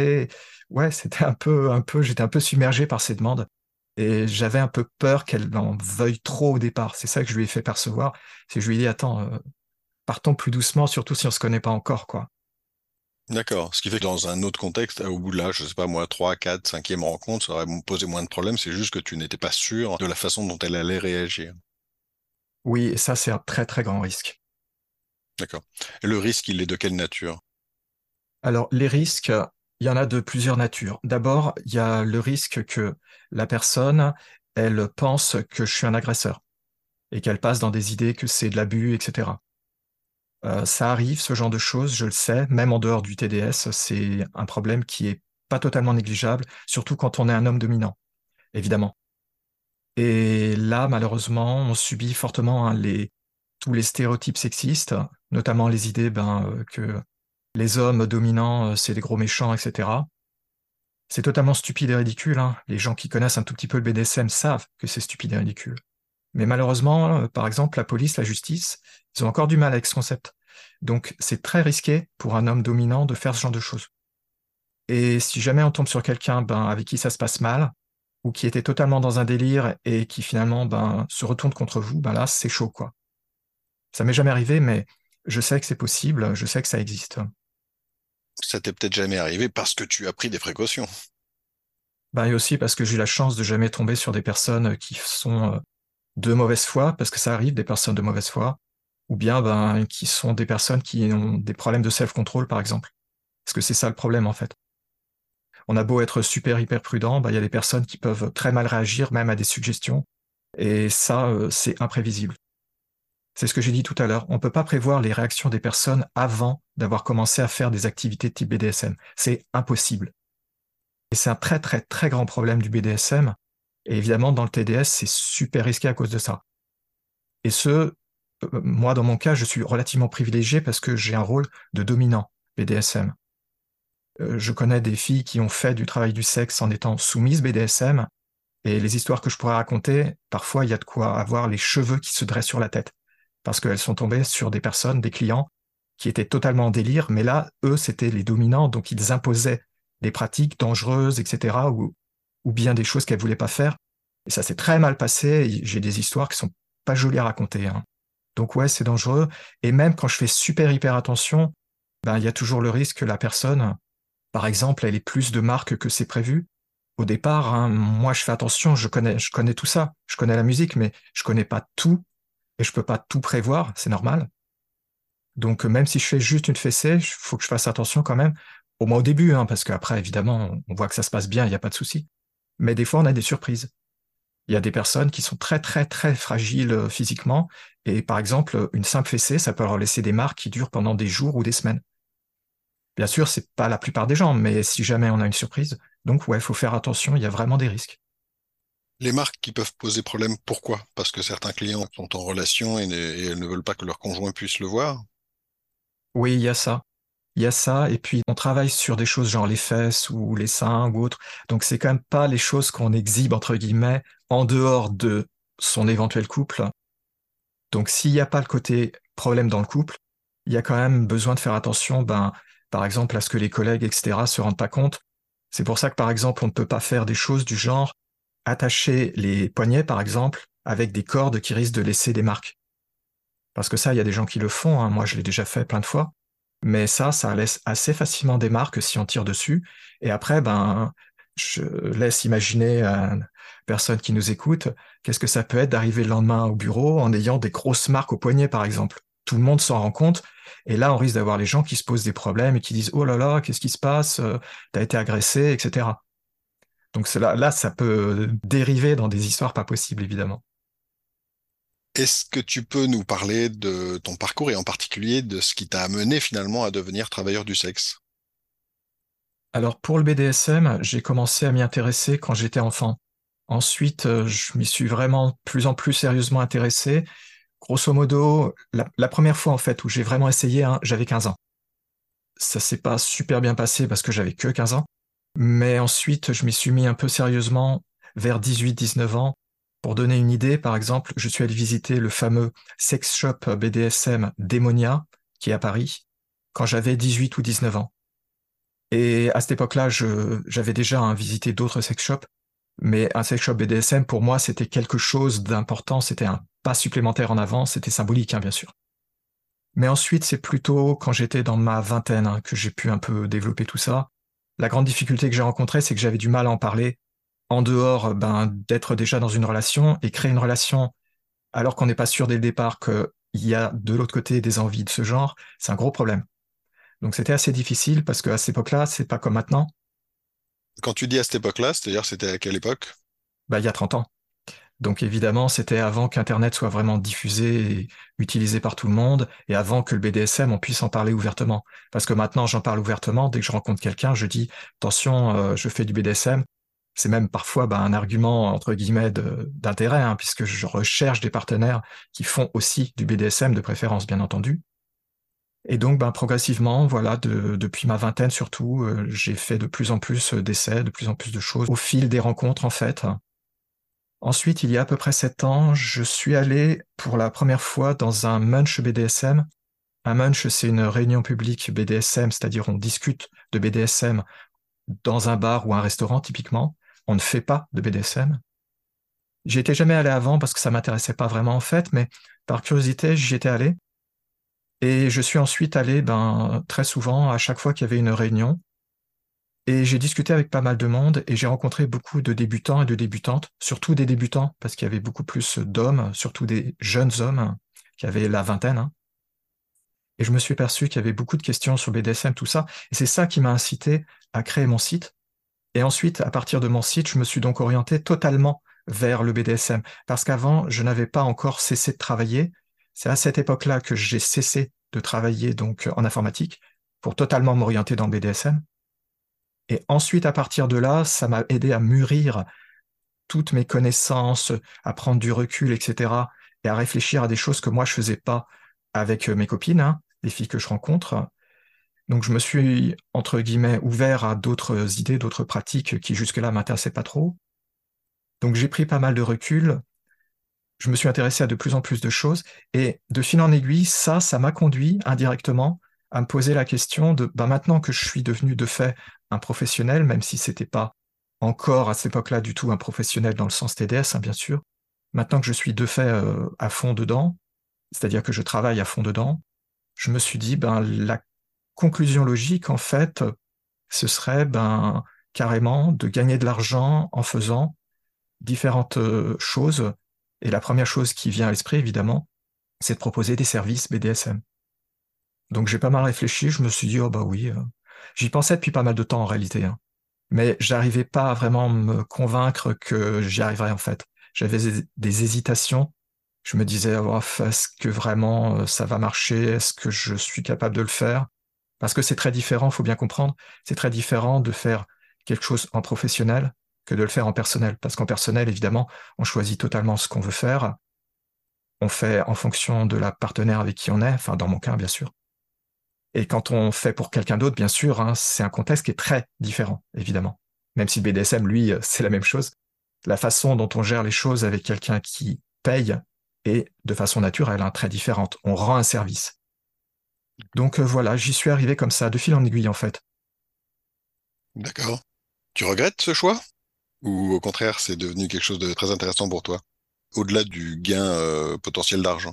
c'était j'étais un peu submergé par ces demandes. Et j'avais un peu peur qu'elle en veuille trop au départ. C'est ça que je lui ai fait percevoir. C'est que je lui ai dit, attends, partons plus doucement, surtout si on se connaît pas encore, quoi. D'accord. Ce qui fait que dans un autre contexte, au bout de là, je sais pas moi, 3, 4, cinquième rencontre, ça aurait posé moins de problèmes. C'est juste que tu n'étais pas sûr de la façon dont elle allait réagir. Oui, et ça, c'est un très, très grand risque. D'accord. Et le risque, il est de quelle nature? Alors, les risques, il y en a de plusieurs natures. D'abord, il y a le risque que la personne, elle pense que je suis un agresseur et qu'elle passe dans des idées que c'est de l'abus, etc. Ça arrive, ce genre de choses, je le sais, même en dehors du TDS, c'est un problème qui est pas totalement négligeable, surtout quand on est un homme dominant, évidemment. Et là, malheureusement, on subit fortement, hein, tous les stéréotypes sexistes, notamment les idées que les hommes dominants, c'est des gros méchants, etc. C'est totalement stupide et ridicule, hein. Les gens qui connaissent un tout petit peu le BDSM savent que c'est stupide et ridicule. Mais malheureusement, par exemple, la police, la justice, ils ont encore du mal avec ce concept. Donc c'est très risqué pour un homme dominant de faire ce genre de choses. Et si jamais on tombe sur quelqu'un avec qui ça se passe mal, ou qui était totalement dans un délire et qui finalement se retourne contre vous, là, c'est chaud, quoi. Ça m'est jamais arrivé, mais je sais que c'est possible, je sais que ça existe. Ça t'est peut-être jamais arrivé parce que tu as pris des précautions. Et aussi parce que j'ai eu la chance de jamais tomber sur des personnes qui sont de mauvaise foi, parce que ça arrive, des personnes de mauvaise foi, ou bien qui sont des personnes qui ont des problèmes de self-control, par exemple. Parce que c'est ça le problème, en fait. On a beau être super hyper prudent, il y a des personnes qui peuvent très mal réagir, même à des suggestions, et ça, c'est imprévisible. C'est ce que j'ai dit tout à l'heure. On ne peut pas prévoir les réactions des personnes avant d'avoir commencé à faire des activités de type BDSM. C'est impossible. Et c'est un très très très grand problème du BDSM. Et évidemment, dans le TDS, c'est super risqué à cause de ça. Et moi, dans mon cas, je suis relativement privilégié parce que j'ai un rôle de dominant BDSM. Je connais des filles qui ont fait du travail du sexe en étant soumises BDSM, et les histoires que je pourrais raconter, parfois, il y a de quoi avoir les cheveux qui se dressent sur la tête, parce qu'elles sont tombées sur des personnes, des clients, qui étaient totalement en délire, mais là, eux, c'était les dominants, donc ils imposaient des pratiques dangereuses, etc., ou bien des choses qu'elles voulaient pas faire. Et ça s'est très mal passé. J'ai des histoires qui sont pas jolies à raconter, hein. Donc ouais, c'est dangereux. Et même quand je fais super hyper attention, il y a toujours le risque que la personne, par exemple, elle ait plus de marques que c'est prévu. Au départ, hein, moi, je fais attention, je connais tout ça, je connais la musique, mais je connais pas tout et je peux pas tout prévoir, c'est normal. Donc, même si je fais juste une fessée, il faut que je fasse attention quand même, au moins au début, hein, parce qu'après, évidemment, on voit que ça se passe bien, il n'y a pas de souci. Mais des fois, on a des surprises. Il y a des personnes qui sont très, très, très fragiles physiquement. Et par exemple, une simple fessée, ça peut leur laisser des marques qui durent pendant des jours ou des semaines. Bien sûr, c'est pas la plupart des gens, mais si jamais on a une surprise, donc ouais, il faut faire attention, il y a vraiment des risques. Les marques qui peuvent poser problème, pourquoi? Parce que certains clients sont en relation et ne veulent pas que leur conjoint puisse le voir. Oui, il y a ça. Il y a ça, et puis on travaille sur des choses genre les fesses ou les seins ou autres. Donc c'est quand même pas les choses qu'on exhibe, entre guillemets, en dehors de son éventuel couple. Donc s'il n'y a pas le côté problème dans le couple, il y a quand même besoin de faire attention, par exemple, à ce que les collègues, etc., se rendent pas compte. C'est pour ça que, par exemple, on ne peut pas faire des choses du genre attacher les poignets, par exemple, avec des cordes qui risquent de laisser des marques. Parce que ça, il y a des gens qui le font, hein. Moi, je l'ai déjà fait plein de fois. Mais ça laisse assez facilement des marques si on tire dessus. Et après, je laisse imaginer à une personne qui nous écoute, qu'est-ce que ça peut être d'arriver le lendemain au bureau en ayant des grosses marques au poignet, par exemple. Tout le monde s'en rend compte. Et là, on risque d'avoir les gens qui se posent des problèmes et qui disent, oh là là, qu'est-ce qui se passe? T'as été agressé, etc. Donc là, ça peut dériver dans des histoires pas possibles, évidemment. Est-ce que tu peux nous parler de ton parcours et en particulier de ce qui t'a amené finalement à devenir travailleur du sexe? Alors pour le BDSM, j'ai commencé à m'y intéresser quand j'étais enfant. Ensuite, je m'y suis vraiment plus en plus sérieusement intéressé. Grosso modo, la première fois en fait où j'ai vraiment essayé, hein, j'avais 15 ans. Ça s'est pas super bien passé parce que j'avais que 15 ans. Mais ensuite, je m'y suis mis un peu sérieusement vers 18-19 ans. Pour donner une idée, par exemple, je suis allé visiter le fameux sex shop BDSM Démonia, qui est à Paris, quand j'avais 18 ou 19 ans. Et à cette époque-là, j'avais déjà visité d'autres sex shops, mais un sex shop BDSM, pour moi, c'était quelque chose d'important, c'était un pas supplémentaire en avant, c'était symbolique, hein, bien sûr. Mais ensuite, c'est plutôt quand j'étais dans ma vingtaine, hein, que j'ai pu un peu développer tout ça. La grande difficulté que j'ai rencontrée, c'est que j'avais du mal à en parler en dehors d'être déjà dans une relation et créer une relation alors qu'on n'est pas sûr dès le départ qu'il y a de l'autre côté des envies de ce genre, c'est un gros problème. Donc c'était assez difficile parce qu'à cette époque-là, c'est pas comme maintenant. Quand tu dis à cette époque-là, c'est-à-dire c'était à quelle époque? Il y a 30 ans. Donc évidemment, c'était avant qu'Internet soit vraiment diffusé et utilisé par tout le monde, et avant que le BDSM, on puisse en parler ouvertement. Parce que maintenant, j'en parle ouvertement. Dès que je rencontre quelqu'un, je dis, attention, je fais du BDSM. C'est même parfois un argument, entre guillemets, d'intérêt, hein, puisque je recherche des partenaires qui font aussi du BDSM, de préférence, bien entendu. Et donc, progressivement, voilà, depuis ma vingtaine surtout, j'ai fait de plus en plus d'essais, de plus en plus de choses, au fil des rencontres, en fait. Ensuite, il y a à peu près 7 ans, je suis allé pour la première fois dans un munch BDSM. Un munch, c'est une réunion publique BDSM, c'est-à-dire on discute de BDSM dans un bar ou un restaurant, typiquement. On ne fait pas de BDSM. J'y étais jamais allé avant parce que ça m'intéressait pas vraiment en fait, mais par curiosité, j'y étais allé. Et je suis ensuite allé très souvent, à chaque fois qu'il y avait une réunion. Et j'ai discuté avec pas mal de monde et j'ai rencontré beaucoup de débutants et de débutantes, surtout des débutants, parce qu'il y avait beaucoup plus d'hommes, surtout des jeunes hommes qui avaient la vingtaine, hein. Et je me suis aperçu qu'il y avait beaucoup de questions sur BDSM, tout ça. Et c'est ça qui m'a incité à créer mon site. Et ensuite, à partir de mon site, je me suis donc orienté totalement vers le BDSM. Parce qu'avant, je n'avais pas encore cessé de travailler. C'est à cette époque-là que j'ai cessé de travailler donc en informatique pour totalement m'orienter dans le BDSM. Et ensuite, à partir de là, ça m'a aidé à mûrir toutes mes connaissances, à prendre du recul, etc. et à réfléchir à des choses que moi, je faisais pas avec mes copines, hein, les filles que je rencontre. Donc, je me suis, entre guillemets, ouvert à d'autres idées, d'autres pratiques qui jusque-là m'intéressaient pas trop. Donc, j'ai pris pas mal de recul. Je me suis intéressé à de plus en plus de choses. Et de fil en aiguille, ça m'a conduit indirectement à me poser la question de, maintenant que je suis devenu de fait un professionnel, même si c'était pas encore à cette époque-là du tout un professionnel dans le sens TDS, hein, bien sûr. Maintenant que je suis de fait à fond dedans, c'est-à-dire que je travaille à fond dedans, je me suis dit, la conclusion logique, en fait, ce serait carrément de gagner de l'argent en faisant différentes choses. Et la première chose qui vient à l'esprit, évidemment, c'est de proposer des services BDSM. Donc j'ai pas mal réfléchi, je me suis dit, oh oui, j'y pensais depuis pas mal de temps en réalité, hein. Mais j'arrivais pas à vraiment me convaincre que j'y arriverais en fait. J'avais des hésitations. Je me disais, oh, est-ce que vraiment ça va marcher? Est-ce que je suis capable de le faire? Parce que c'est très différent, faut bien comprendre. C'est très différent de faire quelque chose en professionnel que de le faire en personnel. Parce qu'en personnel, évidemment, on choisit totalement ce qu'on veut faire. On fait en fonction de la partenaire avec qui on est, enfin dans mon cas, bien sûr. Et quand on fait pour quelqu'un d'autre, bien sûr, hein, c'est un contexte qui est très différent, évidemment. Même si le BDSM, lui, c'est la même chose. La façon dont on gère les choses avec quelqu'un qui paye est de façon naturelle, hein, très différente. On rend un service. Donc voilà, j'y suis arrivé comme ça, de fil en aiguille, en fait. D'accord. Tu regrettes ce choix? Ou au contraire, c'est devenu quelque chose de très intéressant pour toi, au-delà du gain potentiel d'argent?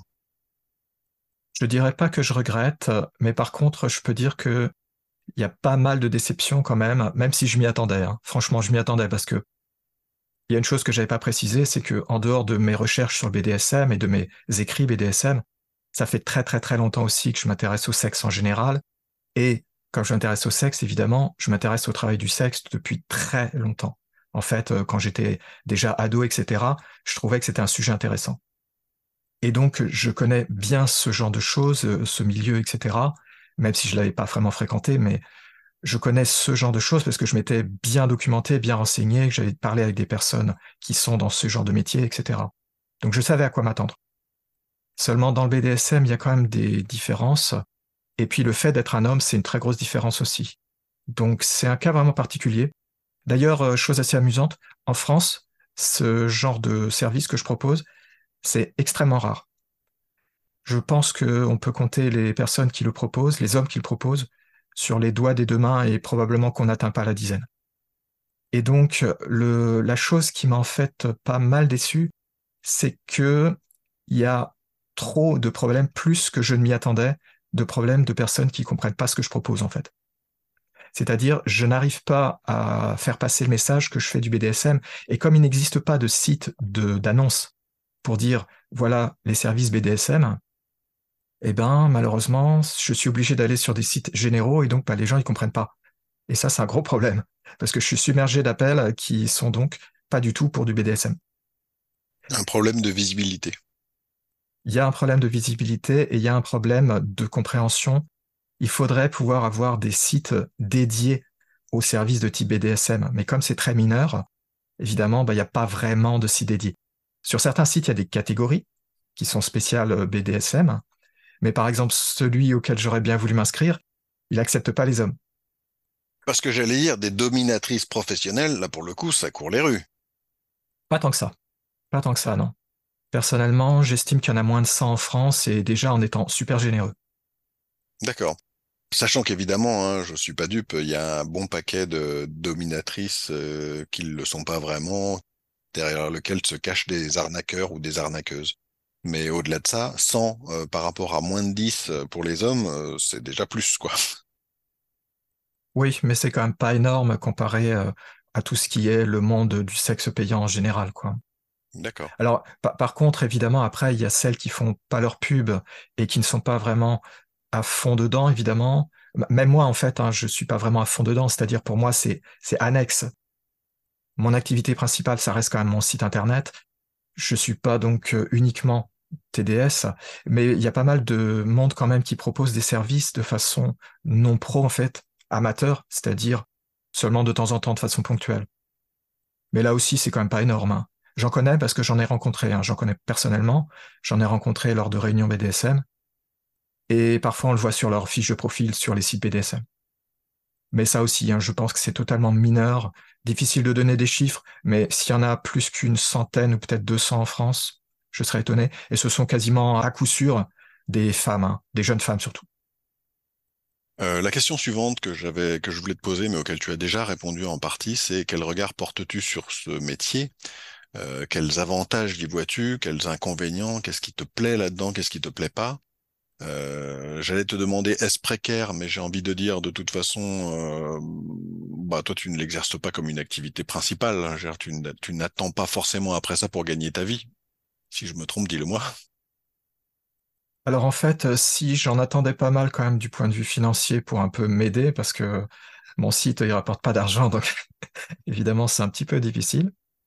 Je dirais pas que je regrette, mais par contre, je peux dire que il y a pas mal de déceptions quand même si je m'y attendais, hein. Franchement, je m'y attendais parce que il y a une chose que j'avais pas précisée, c'est que en dehors de mes recherches sur le BDSM et de mes écrits BDSM, ça fait très très très longtemps aussi que je m'intéresse au sexe en général. Et quand je m'intéresse au sexe, évidemment, je m'intéresse au travail du sexe depuis très longtemps. En fait, quand j'étais déjà ado, etc., je trouvais que c'était un sujet intéressant. Et donc, je connais bien ce genre de choses, ce milieu, etc., même si je l'avais pas vraiment fréquenté, mais je connais ce genre de choses parce que je m'étais bien documenté, bien renseigné, que j'avais parlé avec des personnes qui sont dans ce genre de métier, etc. Donc, je savais à quoi m'attendre. Seulement, dans le BDSM, il y a quand même des différences. Et puis, le fait d'être un homme, c'est une très grosse différence aussi. Donc, c'est un cas vraiment particulier. D'ailleurs, chose assez amusante, en France, ce genre de service que je propose, c'est extrêmement rare. Je pense qu'on peut compter les personnes qui le proposent, les hommes qui le proposent, sur les doigts des deux mains et probablement qu'on n'atteint pas la dizaine. Et donc, la chose qui m'a en fait pas mal déçu, c'est que il y a trop de problèmes, plus que je ne m'y attendais, de problèmes de personnes qui comprennent pas ce que je propose en fait. C'est-à-dire, je n'arrive pas à faire passer le message que je fais du BDSM. Et comme il n'existe pas de site d'annonce pour dire, voilà les services BDSM, eh ben, malheureusement, je suis obligé d'aller sur des sites généraux et donc, bah, les gens, ils comprennent pas. Et ça, c'est un gros problème. Parce que je suis submergé d'appels qui sont donc pas du tout pour du BDSM. Un problème de visibilité. Il y a un problème de visibilité et il y a un problème de compréhension. Il faudrait pouvoir avoir des sites dédiés aux services de type BDSM. Mais comme c'est très mineur, évidemment, bah, il n'y a pas vraiment de site dédié. Sur certains sites, il y a des catégories qui sont spéciales BDSM. Mais par exemple, celui auquel j'aurais bien voulu m'inscrire, il n'accepte pas les hommes. Parce que j'allais dire, des dominatrices professionnelles, là pour le coup, ça court les rues. Pas tant que ça. Pas tant que ça, non. Personnellement, j'estime qu'il y en a moins de 100 en France et déjà en étant super généreux. D'accord. Sachant qu'évidemment, hein, je suis pas dupe, il y a un bon paquet de dominatrices qui ne le sont pas vraiment, derrière lequel se cachent des arnaqueurs ou des arnaqueuses. Mais au-delà de ça, 100 par rapport à moins de 10 pour les hommes, c'est déjà plus, quoi. Oui, mais c'est quand même pas énorme comparé à tout ce qui est le monde du sexe payant en général, quoi. D'accord. Alors, par contre, évidemment, après, il y a celles qui font pas leur pub et qui ne sont pas vraiment à fond dedans, évidemment. Même moi, en fait, hein, je suis pas vraiment à fond dedans. C'est-à-dire, pour moi, c'est annexe. Mon activité principale, ça reste quand même mon site internet. Je suis pas donc uniquement TDS, mais il y a pas mal de monde quand même qui propose des services de façon non pro, en fait, amateur, c'est-à-dire seulement de temps en temps, de façon ponctuelle. Mais là aussi, c'est quand même pas énorme, hein. J'en connais parce que j'en ai rencontré, hein. J'en connais personnellement. J'en ai rencontré lors de réunions BDSM. Et parfois, on le voit sur leur fiche de profil sur les sites BDSM. Mais ça aussi, hein, je pense que c'est totalement mineur. Difficile de donner des chiffres, mais s'il y en a plus qu'une centaine ou peut-être 200 en France, je serais étonné. Et ce sont quasiment à coup sûr des femmes, hein, des jeunes femmes surtout. La question suivante que je voulais te poser, mais auquel tu as déjà répondu en partie, c'est quel regard portes-tu sur ce métier? Quels avantages y vois-tu? Quels inconvénients? Qu'est-ce qui te plaît là-dedans? Qu'est-ce qui te plaît pas? J'allais te demander est-ce précaire, mais j'ai envie de dire de toute façon, bah toi tu ne l'exerces pas comme une activité principale, hein. Je veux dire, tu n'attends pas forcément après ça pour gagner ta vie. Si je me trompe, dis-le-moi. Alors en fait, si j'en attendais pas mal quand même du point de vue financier pour un peu m'aider, parce que Mon site, il rapporte pas d'argent, donc évidemment, c'est un petit peu difficile.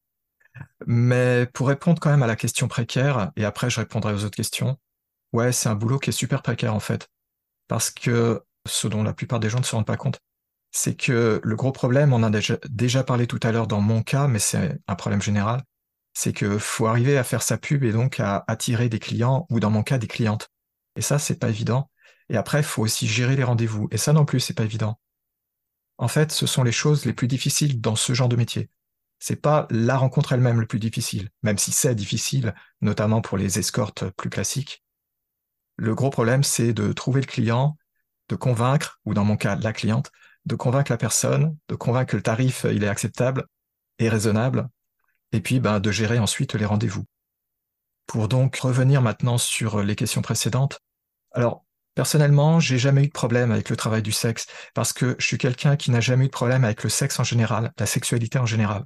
Mais pour répondre quand même à la question précaire, et après je répondrai aux autres questions, ouais, c'est un boulot qui est super précaire en fait. Parce que ce dont la plupart des gens ne se rendent pas compte, c'est que le gros problème, on en a déjà parlé tout à l'heure dans mon cas, mais c'est un problème général, c'est que faut arriver à faire sa pub et donc à attirer des clients, ou dans mon cas, des clientes. Et ça, c'est pas évident. Et après, il faut aussi gérer les rendez-vous. Et ça non plus, c'est pas évident. En fait, ce sont les choses les plus difficiles dans ce genre de métier. C'est pas la rencontre elle-même le plus difficile, même si c'est difficile, notamment pour les escortes plus classiques. Le gros problème, c'est de trouver le client, de convaincre, ou dans mon cas, la cliente, de convaincre la personne, de convaincre que le tarif, il est acceptable et raisonnable, et puis ben, de gérer ensuite les rendez-vous. Pour donc revenir maintenant sur les questions précédentes, alors personnellement, j'ai jamais eu de problème avec le travail du sexe, parce que je suis quelqu'un qui n'a jamais eu de problème avec le sexe en général, la sexualité en général.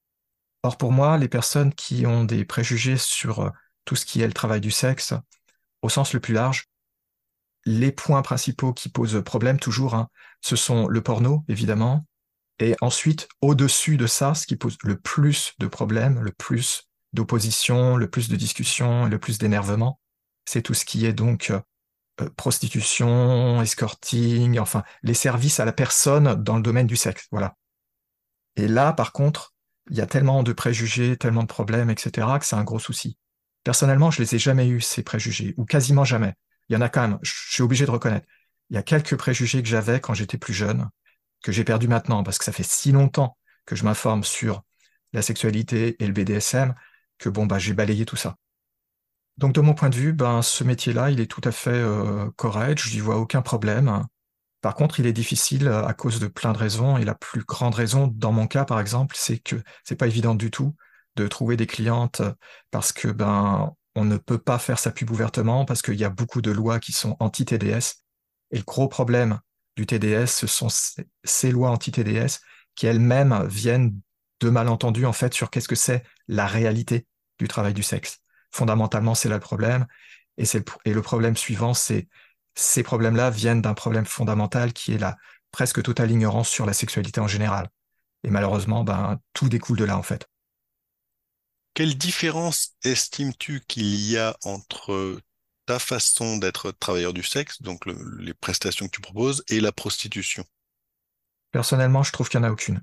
Or pour moi, les personnes qui ont des préjugés sur tout ce qui est le travail du sexe, au sens le plus large, les points principaux qui posent problème toujours, hein, ce sont le porno, évidemment, et ensuite, au-dessus de ça, ce qui pose le plus de problèmes, le plus d'opposition, le plus de discussion, le plus d'énervement, c'est tout ce qui est donc prostitution, escorting, enfin, les services à la personne dans le domaine du sexe, voilà. Et là, par contre, il y a tellement de préjugés, tellement de problèmes, etc., que c'est un gros souci. Personnellement, je les ai jamais eus, ces préjugés, ou quasiment jamais. Il y en a quand même, je suis obligé de reconnaître. Il y a quelques préjugés que j'avais quand j'étais plus jeune, que j'ai perdu maintenant, parce que ça fait si longtemps que je m'informe sur la sexualité et le BDSM, que bon, bah, j'ai balayé tout ça. Donc, de mon point de vue, ben, ce métier-là, il est tout à fait correct, je n'y vois aucun problème. Par contre, il est difficile à cause de plein de raisons, et la plus grande raison, dans mon cas par exemple, c'est que c'est pas évident du tout de trouver des clientes parce que ben on ne peut pas faire sa pub ouvertement parce qu'il y a beaucoup de lois qui sont anti-TDS. Et le gros problème du TDS, ce sont ces lois anti-TDS qui elles-mêmes viennent de malentendus en fait sur qu'est-ce que c'est la réalité du travail du sexe. Fondamentalement, c'est là le problème. Et le problème suivant, c'est ces problèmes-là viennent d'un problème fondamental qui est la presque totale ignorance sur la sexualité en général. Et malheureusement, ben, tout découle de là, en fait. Quelle différence estimes-tu qu'il y a entre ta façon d'être travailleur du sexe, donc les prestations que tu proposes, et la prostitution? Personnellement, je trouve qu'il n'y en a aucune.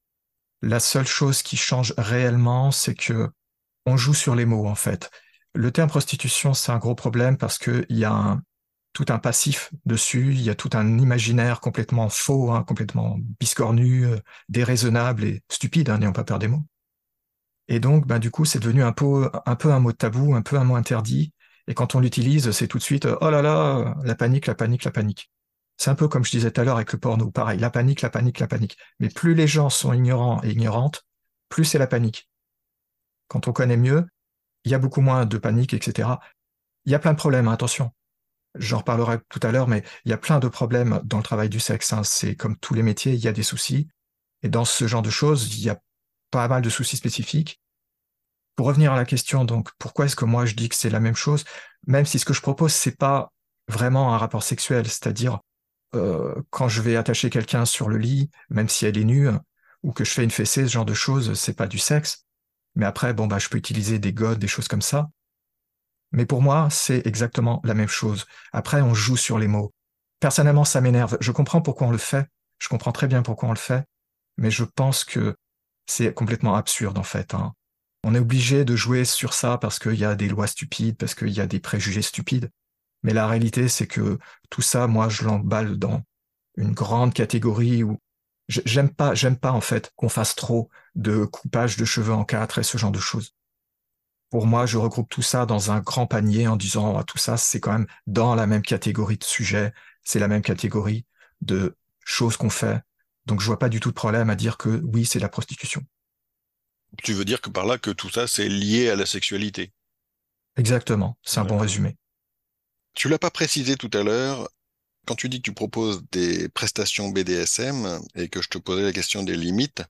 La seule chose qui change réellement, c'est que on joue sur les mots, en fait. Le terme prostitution, c'est un gros problème parce qu'il y a tout un passif dessus, il y a tout un imaginaire complètement faux, hein, complètement biscornu, déraisonnable et stupide, hein, n'ayons pas peur des mots. Et donc, ben, du coup, c'est devenu un peu un mot tabou, un peu un mot interdit. Et quand on l'utilise, c'est tout de suite, oh là là, la panique, la panique, la panique. C'est un peu comme je disais tout à l'heure avec le porno, pareil, la panique, la panique, la panique. Mais plus les gens sont ignorants et ignorantes, plus c'est la panique. Quand on connaît mieux, il y a beaucoup moins de panique, etc. Il y a plein de problèmes, hein, attention. J'en reparlerai tout à l'heure, mais il y a plein de problèmes dans le travail du sexe, hein. C'est comme tous les métiers, il y a des soucis. Et dans ce genre de choses, il y a pas mal de soucis spécifiques. Pour revenir à la question, donc, pourquoi est-ce que moi je dis que c'est la même chose, même si ce que je propose, c'est pas vraiment un rapport sexuel, c'est-à-dire quand je vais attacher quelqu'un sur le lit, même si elle est nue, ou que je fais une fessée, ce genre de choses, c'est pas du sexe. Mais après, bon, bah, je peux utiliser des godes, des choses comme ça. Mais pour moi, c'est exactement la même chose. Après, on joue sur les mots. Personnellement, ça m'énerve. Je comprends pourquoi on le fait. Je comprends très bien pourquoi on le fait. Mais je pense que c'est complètement absurde, en fait, hein. On est obligé de jouer sur ça parce qu'il y a des lois stupides, parce qu'il y a des préjugés stupides. Mais la réalité, c'est que tout ça, moi, je l'emballe dans une grande catégorie où j'aime pas, en fait, qu'on fasse trop de coupage de cheveux en quatre et ce genre de choses. Pour moi, je regroupe tout ça dans un grand panier en disant, ah, tout ça, c'est quand même dans la même catégorie de sujets, c'est la même catégorie de choses qu'on fait. Donc, je vois pas du tout de problème à dire que oui, c'est la prostitution. Tu veux dire que par là que tout ça, c'est lié à la sexualité? Exactement, c'est un bon D'accord. résumé. Tu l'as pas précisé tout à l'heure, quand tu dis que tu proposes des prestations BDSM et que je te posais la question des limites,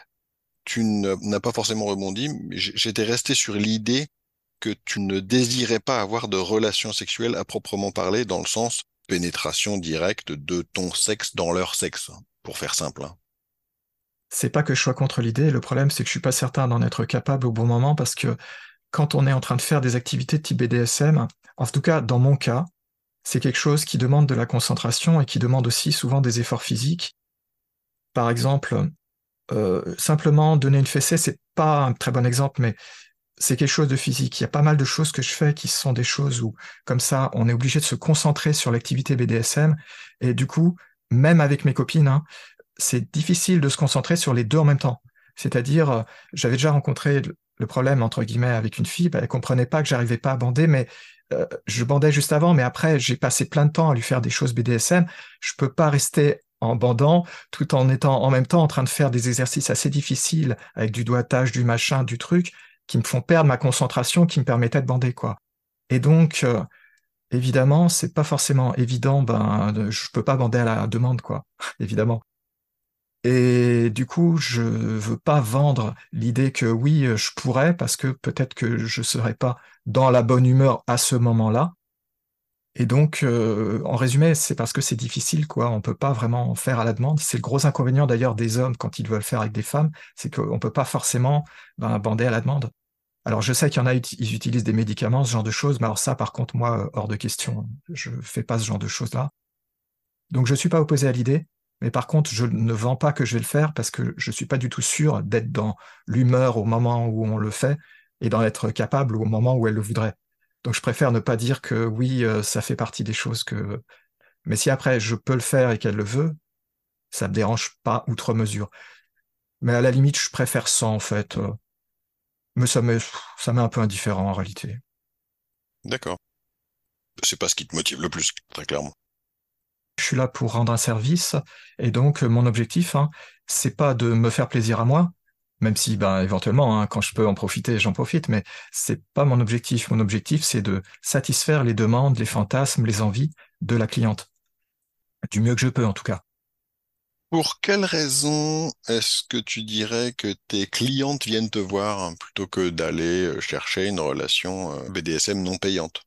n'as pas forcément rebondi, mais j'étais resté sur l'idée que tu ne désirais pas avoir de relations sexuelles à proprement parler, dans le sens pénétration directe de ton sexe dans leur sexe. pour faire simple, hein. C'est pas que je sois contre l'idée, le problème c'est que je suis pas certain d'en être capable au bon moment parce que quand on est en train de faire des activités de type BDSM, en tout cas dans mon cas, c'est quelque chose qui demande de la concentration et qui demande aussi souvent des efforts physiques. Par exemple, simplement donner une fessée, c'est pas un très bon exemple, mais c'est quelque chose de physique. Il y a pas mal de choses que je fais qui sont des choses où, comme ça, on est obligé de se concentrer sur l'activité BDSM. Et du coup, même avec mes copines, hein, c'est difficile de se concentrer sur les deux en même temps. C'est-à-dire, j'avais déjà rencontré le problème, entre guillemets, avec une fille, elle comprenait pas que j'arrivais pas à bander, mais je bandais juste avant, mais après, j'ai passé plein de temps à lui faire des choses BDSM. Je peux pas rester en bandant tout en étant en même temps en train de faire des exercices assez difficiles avec du doigtage, du machin, du truc, qui me font perdre ma concentration, qui me permettaient de bander, quoi. Et donc, évidemment, c'est pas forcément évident, je peux pas bander à la demande, quoi, évidemment. Et du coup, je veux pas vendre l'idée que oui, je pourrais, parce que peut-être que je serais pas dans la bonne humeur à ce moment-là. Et donc, en résumé, c'est parce que c'est difficile, quoi. On peut pas vraiment faire à la demande. C'est le gros inconvénient d'ailleurs des hommes quand ils veulent faire avec des femmes, c'est qu'on peut pas forcément bander à la demande. Alors, je sais qu'il y en a, ils utilisent des médicaments, ce genre de choses, mais alors ça, par contre, moi, hors de question. Je fais pas ce genre de choses-là. Donc, je suis pas opposé à l'idée, mais par contre, je ne vends pas que je vais le faire parce que je suis pas du tout sûr d'être dans l'humeur au moment où on le fait et d'en être capable au moment où elle le voudrait. Donc, je préfère ne pas dire que oui, ça fait partie des choses que. Mais si après je peux le faire et qu'elle le veut, ça me dérange pas outre mesure. Mais à la limite, je préfère ça en fait. Mais ça m'est un peu indifférent en réalité. D'accord. C'est pas ce qui te motive le plus, très clairement. Je suis là pour rendre un service, et donc mon objectif, hein, c'est pas de me faire plaisir à moi, même si, éventuellement, hein, quand je peux en profiter, j'en profite, mais c'est pas mon objectif. Mon objectif, c'est de satisfaire les demandes, les fantasmes, les envies de la cliente, du mieux que je peux en tout cas. Pour quelle raison est-ce que tu dirais que tes clientes viennent te voir hein, plutôt que d'aller chercher une relation BDSM non payante?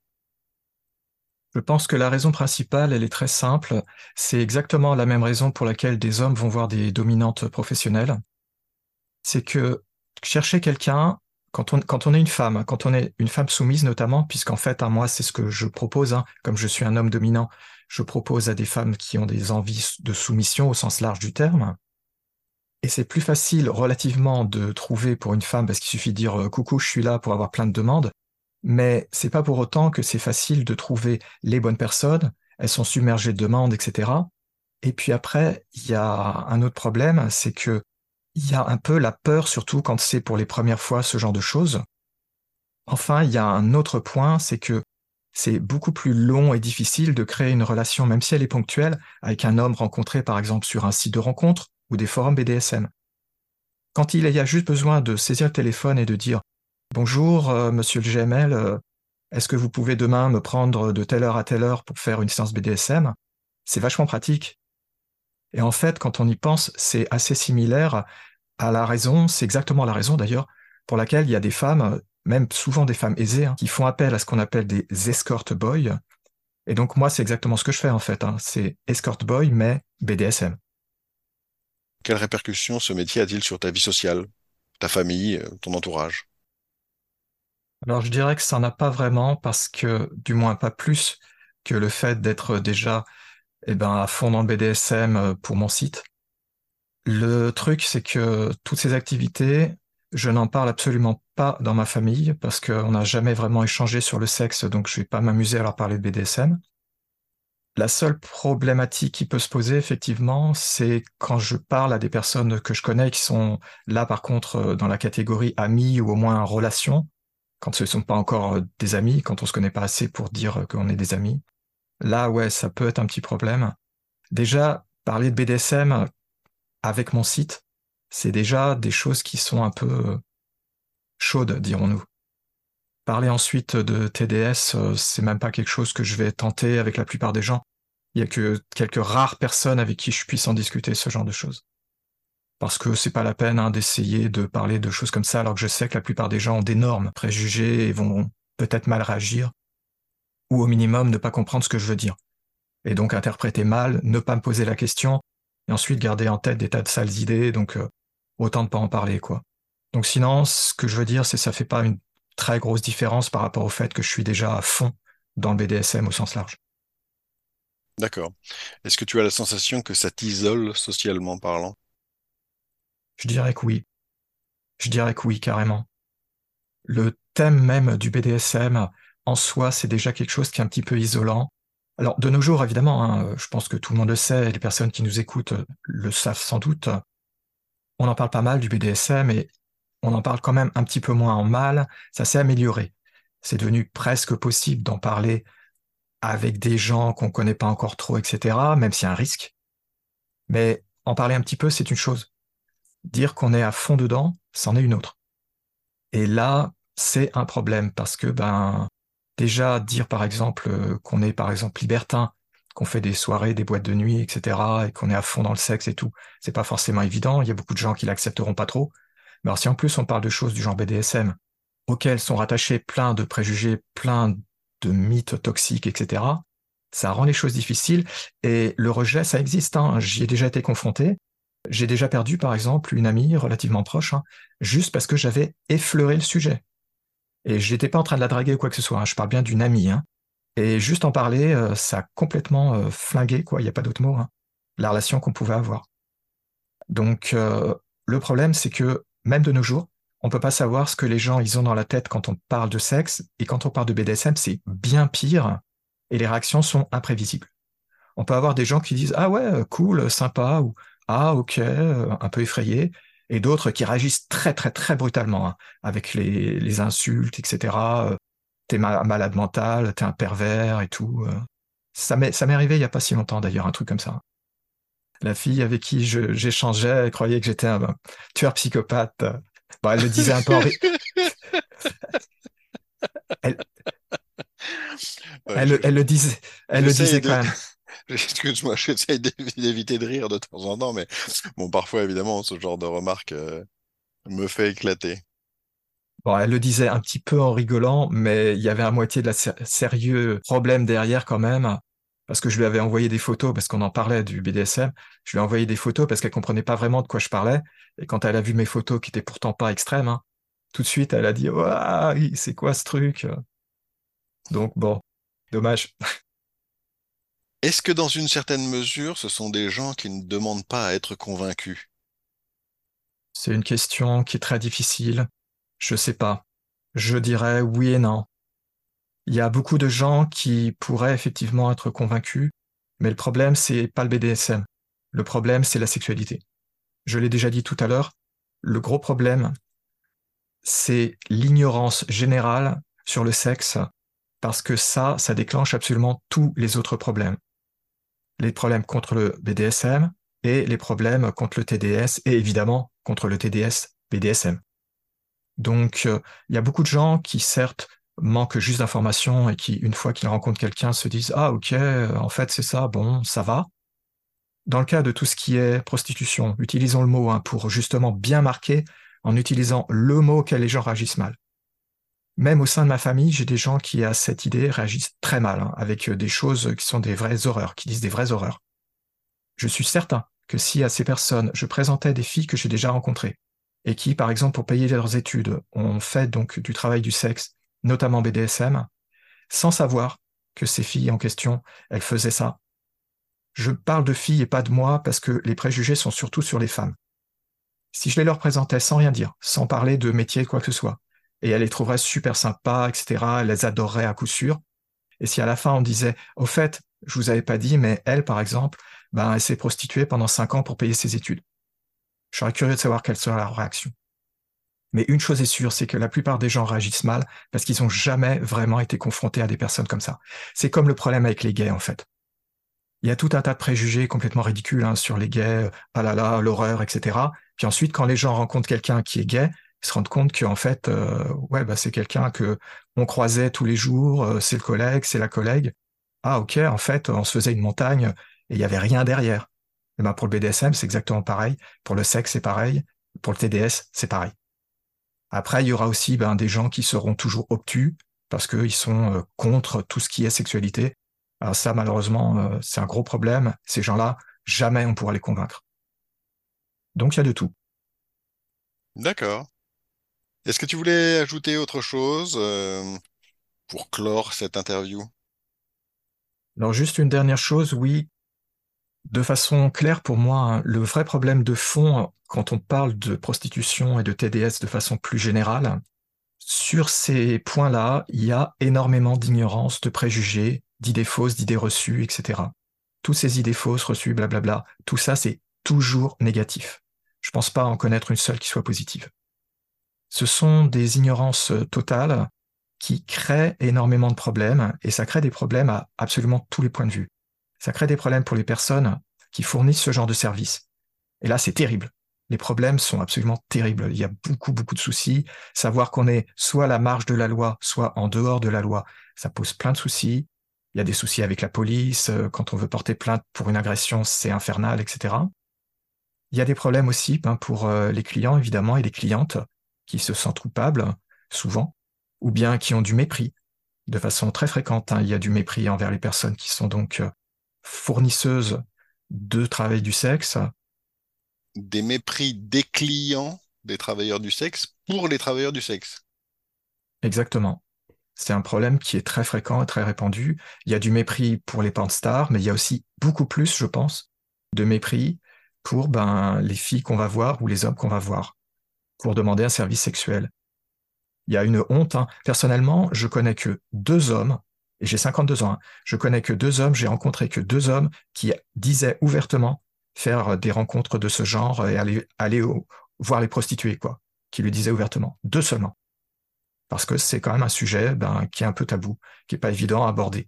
Je pense que la raison principale, elle est très simple. C'est exactement la même raison pour laquelle des hommes vont voir des dominantes professionnelles. C'est que chercher quelqu'un, quand on est une femme, quand on est une femme soumise notamment, puisqu'en fait, hein, moi, c'est ce que je propose, hein, comme je suis un homme dominant, je propose à des femmes qui ont des envies de soumission au sens large du terme. Et c'est plus facile relativement de trouver pour une femme parce qu'il suffit de dire coucou, je suis là pour avoir plein de demandes. Mais c'est pas pour autant que c'est facile de trouver les bonnes personnes. Elles sont submergées de demandes, etc. Et puis après, il y a un autre problème, c'est que il y a un peu la peur, surtout quand c'est pour les premières fois ce genre de choses. Enfin, il y a un autre point, c'est que c'est beaucoup plus long et difficile de créer une relation, même si elle est ponctuelle, avec un homme rencontré par exemple sur un site de rencontre ou des forums BDSM. Quand il y a juste besoin de saisir le téléphone et de dire bonjour, monsieur le GML, est-ce que vous pouvez demain me prendre de telle heure à telle heure pour faire une séance BDSM? C'est vachement pratique. Et en fait, quand on y pense, c'est assez similaire à la raison, c'est exactement la raison d'ailleurs, pour laquelle il y a des femmes, même souvent des femmes aisées, hein, qui font appel à ce qu'on appelle des escort boys. Et donc moi, c'est exactement ce que je fais en fait, hein, c'est escort boy, mais BDSM. Quelles répercussions ce métier a-t-il sur ta vie sociale, ta famille, ton entourage? Alors je dirais que ça n'en a pas vraiment parce que, du moins pas plus que le fait d'être déjà à fond dans le BDSM pour mon site. Le truc, c'est que toutes ces activités, je n'en parle absolument pas dans ma famille parce qu'on n'a jamais vraiment échangé sur le sexe, donc je vais pas m'amuser à leur parler de BDSM. La seule problématique qui peut se poser, effectivement, c'est quand je parle à des personnes que je connais qui sont là, par contre, dans la catégorie amis ou au moins relation, quand ce ne sont pas encore des amis, quand on se connaît pas assez pour dire qu'on est des amis. Là, ouais, ça peut être un petit problème. Déjà, parler de BDSM avec mon site, c'est déjà des choses qui sont un peu chaudes, dirons-nous. Parler ensuite de TDS, c'est même pas quelque chose que je vais tenter avec la plupart des gens. Il y a que quelques rares personnes avec qui je puisse en discuter ce genre de choses. Parce que c'est pas la peine hein, d'essayer de parler de choses comme ça, alors que je sais que la plupart des gens ont d'énormes préjugés et vont peut-être mal réagir, ou au minimum ne pas comprendre ce que je veux dire. Et donc interpréter mal, ne pas me poser la question, et ensuite garder en tête des tas de sales idées, donc autant ne pas en parler, quoi. Donc sinon, ce que je veux dire, c'est que ça fait pas une très grosse différence par rapport au fait que je suis déjà à fond dans le BDSM au sens large. D'accord. Est-ce que tu as la sensation que ça t'isole socialement parlant? Je dirais que oui. Je dirais que oui, carrément. Le thème même du BDSM, en soi, c'est déjà quelque chose qui est un petit peu isolant. Alors, de nos jours, évidemment, hein, je pense que tout le monde le sait, et les personnes qui nous écoutent le savent sans doute, on en parle pas mal du BDSM, et on en parle quand même un petit peu moins en mal, ça s'est amélioré. C'est devenu presque possible d'en parler avec des gens qu'on connaît pas encore trop, etc., même s'il y a un risque. Mais en parler un petit peu, c'est une chose. Dire qu'on est à fond dedans, c'en est une autre. Et là, c'est un problème parce que, déjà, dire par exemple qu'on est par exemple libertin, qu'on fait des soirées, des boîtes de nuit, etc., et qu'on est à fond dans le sexe et tout, c'est pas forcément évident. Il y a beaucoup de gens qui l'accepteront pas trop. Mais alors, si en plus on parle de choses du genre BDSM, auxquelles sont rattachés plein de préjugés, plein de mythes toxiques, etc., ça rend les choses difficiles. Et le rejet, ça existe, hein. J'y ai déjà été confronté. J'ai déjà perdu, par exemple, une amie relativement proche, hein, juste parce que j'avais effleuré le sujet. Et j'étais pas en train de la draguer ou quoi que ce soit, hein. Je parle bien d'une amie, hein. Et juste en parler, ça a complètement flingué, quoi, il n'y a pas d'autre mot, hein, la relation qu'on pouvait avoir. Donc, le problème, c'est que même de nos jours, on peut pas savoir ce que les gens ils ont dans la tête quand on parle de sexe, et quand on parle de BDSM, c'est bien pire, et les réactions sont imprévisibles. On peut avoir des gens qui disent « Ah ouais, cool, sympa » ou « Ah ok, un peu effrayé », et d'autres qui réagissent très très très brutalement, hein, avec les insultes, etc. T'es malade mental, t'es un pervers et tout. Ça m'est arrivé il y a pas si longtemps d'ailleurs, un truc comme ça. La fille avec qui j'échangeais, elle croyait que j'étais un tueur psychopathe. Bon, elle le disait un peu elle, Ouais, elle, elle le disait, elle le j'essaye disait de... quand même. Excuse-moi, j'essaye d'éviter de rire de temps en temps, mais bon, parfois, évidemment, ce genre de remarque me fait éclater. Bon, elle le disait un petit peu en rigolant, mais il y avait à moitié de la sérieux problème derrière quand même, parce que je lui avais envoyé des photos, parce qu'on en parlait du BDSM, je lui ai envoyé des photos parce qu'elle comprenait pas vraiment de quoi je parlais, et quand elle a vu mes photos qui étaient pourtant pas extrêmes, hein, tout de suite elle a dit «Ouah, c'est quoi ce truc?» Donc bon, dommage. Est-ce que dans une certaine mesure, ce sont des gens qui ne demandent pas à être convaincus? C'est une question qui est très difficile. Je sais pas. Je dirais oui et non. Il y a beaucoup de gens qui pourraient effectivement être convaincus, mais le problème, c'est pas le BDSM. Le problème, c'est la sexualité. Je l'ai déjà dit tout à l'heure, le gros problème, c'est l'ignorance générale sur le sexe, parce que ça déclenche absolument tous les autres problèmes. Les problèmes contre le BDSM et les problèmes contre le TDS, et évidemment contre le TDS BDSM. Donc, il y a beaucoup de gens qui, certes, manquent juste d'informations et qui, une fois qu'ils rencontrent quelqu'un, se disent « Ah, ok, en fait, c'est ça, bon, ça va ». Dans le cas de tout ce qui est prostitution, utilisons le mot, hein, pour justement bien marquer en utilisant le mot auquel les gens réagissent mal. Même au sein de ma famille, j'ai des gens qui, à cette idée, réagissent très mal, hein, avec des choses qui sont des vraies horreurs, qui disent des vraies horreurs. Je suis certain que si à ces personnes, je présentais des filles que j'ai déjà rencontrées, et qui, par exemple, pour payer leurs études, ont fait donc du travail du sexe, notamment BDSM, sans savoir que ces filles en question, elles faisaient ça. Je parle de filles et pas de moi parce que les préjugés sont surtout sur les femmes. Si je les leur présentais sans rien dire, sans parler de métier, quoi que ce soit, et elles les trouveraient super sympas, etc., elles les adoreraient à coup sûr, et si à la fin on disait, au fait, je vous avais pas dit, mais elle, par exemple, elle s'est prostituée pendant 5 ans pour payer ses études. Je serais curieux de savoir quelle sera leur réaction. Mais une chose est sûre, c'est que la plupart des gens réagissent mal parce qu'ils n'ont jamais vraiment été confrontés à des personnes comme ça. C'est comme le problème avec les gays, en fait. Il y a tout un tas de préjugés complètement ridicules, hein, sur les gays, ah là là, l'horreur, etc. Puis ensuite, quand les gens rencontrent quelqu'un qui est gay, ils se rendent compte qu'en fait, c'est quelqu'un que on croisait tous les jours, c'est le collègue, c'est la collègue. Ah ok, en fait, on se faisait une montagne et il n'y avait rien derrière. Et pour le BDSM, c'est exactement pareil. Pour le sexe, c'est pareil. Pour le TDS, c'est pareil. Après, il y aura aussi des gens qui seront toujours obtus parce qu'ils sont contre tout ce qui est sexualité. Alors ça, malheureusement, c'est un gros problème. Ces gens-là, jamais on pourra les convaincre. Donc il y a de tout. D'accord. Est-ce que tu voulais ajouter autre chose pour clore cette interview? Alors juste une dernière chose, oui, de façon claire pour moi, hein, le vrai problème de fond quand on parle de prostitution et de TDS de façon plus générale, sur ces points-là, il y a énormément d'ignorance, de préjugés, d'idées fausses, d'idées reçues, etc. Toutes ces idées fausses, reçues, blablabla, tout ça, c'est toujours négatif. Je ne pense pas en connaître une seule qui soit positive. Ce sont des ignorances totales qui créent énormément de problèmes, et ça crée des problèmes à absolument tous les points de vue. Ça crée des problèmes pour les personnes qui fournissent ce genre de service. Et là, c'est terrible. Les problèmes sont absolument terribles. Il y a beaucoup, beaucoup de soucis. Savoir qu'on est soit à la marge de la loi, soit en dehors de la loi, ça pose plein de soucis. Il y a des soucis avec la police. Quand on veut porter plainte pour une agression, c'est infernal, etc. Il y a des problèmes aussi pour les clients, évidemment, et les clientes qui se sentent coupables, souvent, ou bien qui ont du mépris. De façon très fréquente, il y a du mépris envers les personnes qui sont donc fournisseuses de travail du sexe. Des mépris des clients des travailleurs du sexe pour les travailleurs du sexe. Exactement. C'est un problème qui est très fréquent et très répandu. Il y a du mépris pour les pornstars, mais il y a aussi beaucoup plus, je pense, de mépris pour les filles qu'on va voir ou les hommes qu'on va voir pour demander un service sexuel. Il y a une honte. Personnellement, je connais que 2 hommes, et j'ai 52 ans, je connais que 2 hommes, j'ai rencontré que 2 hommes qui disaient ouvertement faire des rencontres de ce genre et aller voir les prostituées, quoi, qui le disaient ouvertement. 2 seulement. Parce que c'est quand même un sujet qui est un peu tabou, qui n'est pas évident à aborder.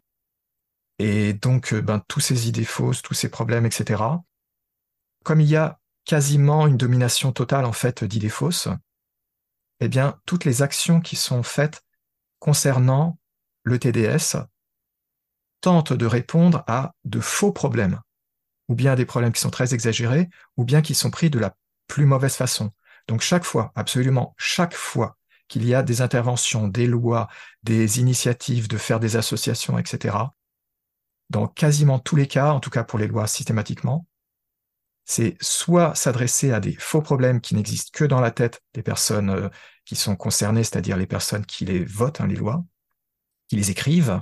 Et donc, tous ces idées fausses, tous ces problèmes, etc., comme il y a quasiment une domination totale, en fait, d'idées fausses, eh bien, toutes les actions qui sont faites concernant le TDS tentent de répondre à de faux problèmes, ou bien des problèmes qui sont très exagérés, ou bien qui sont pris de la plus mauvaise façon. Donc chaque fois, absolument chaque fois qu'il y a des interventions, des lois, des initiatives de faire des associations, etc., dans quasiment tous les cas, en tout cas pour les lois systématiquement, c'est soit s'adresser à des faux problèmes qui n'existent que dans la tête des personnes qui sont concernées, c'est-à-dire les personnes qui les votent, les lois, qui les écrivent,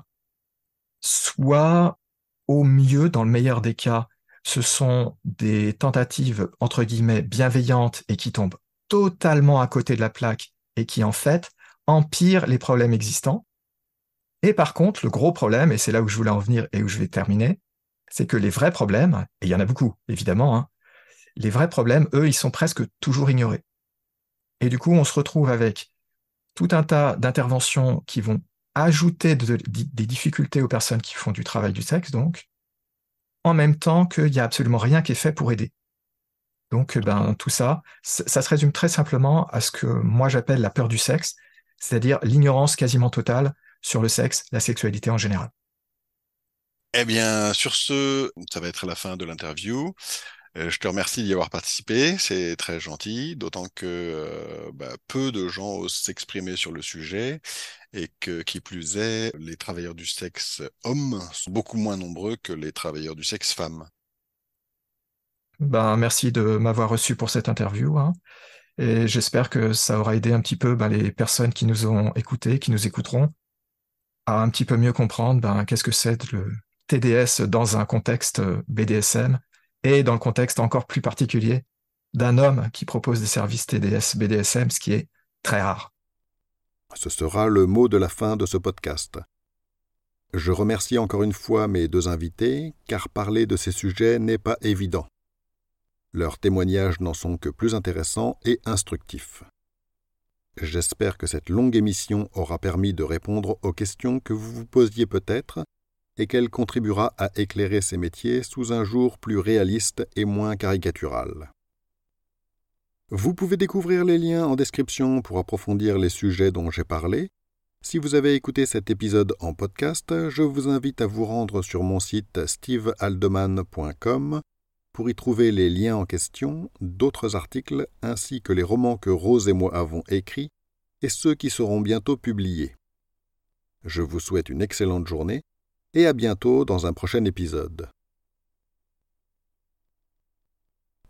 soit, au mieux, dans le meilleur des cas, ce sont des tentatives, entre guillemets, bienveillantes et qui tombent totalement à côté de la plaque et qui, en fait, empirent les problèmes existants. Et par contre, le gros problème, et c'est là où je voulais en venir et où je vais terminer, c'est que les vrais problèmes, et il y en a beaucoup, évidemment, les vrais problèmes, eux, ils sont presque toujours ignorés. Et du coup, on se retrouve avec tout un tas d'interventions qui vont ajouter des difficultés aux personnes qui font du travail du sexe, donc, en même temps qu'il n'y a absolument rien qui est fait pour aider. Donc, tout ça, ça se résume très simplement à ce que moi j'appelle la peur du sexe, c'est-à-dire l'ignorance quasiment totale sur le sexe, la sexualité en général. Eh bien, sur ce, ça va être la fin de l'interview. Je te remercie d'y avoir participé, c'est très gentil, d'autant que peu de gens osent s'exprimer sur le sujet et que, qui plus est, les travailleurs du sexe hommes sont beaucoup moins nombreux que les travailleurs du sexe femmes. Merci de m'avoir reçu pour cette interview, et j'espère que ça aura aidé un petit peu les personnes qui nous ont écoutés, qui nous écouteront, à un petit peu mieux comprendre qu'est-ce que c'est le TDS dans un contexte BDSM et dans le contexte encore plus particulier d'un homme qui propose des services TDS BDSM, ce qui est très rare. Ce sera le mot de la fin de ce podcast. Je remercie encore une fois mes 2 invités, car parler de ces sujets n'est pas évident. Leurs témoignages n'en sont que plus intéressants et instructifs. J'espère que cette longue émission aura permis de répondre aux questions que vous vous posiez peut-être et qu'elle contribuera à éclairer ces métiers sous un jour plus réaliste et moins caricatural. Vous pouvez découvrir les liens en description pour approfondir les sujets dont j'ai parlé. Si vous avez écouté cet épisode en podcast, je vous invite à vous rendre sur mon site stevehaldeman.com pour y trouver les liens en question, d'autres articles ainsi que les romans que Rose et moi avons écrits et ceux qui seront bientôt publiés. Je vous souhaite une excellente journée et à bientôt dans un prochain épisode.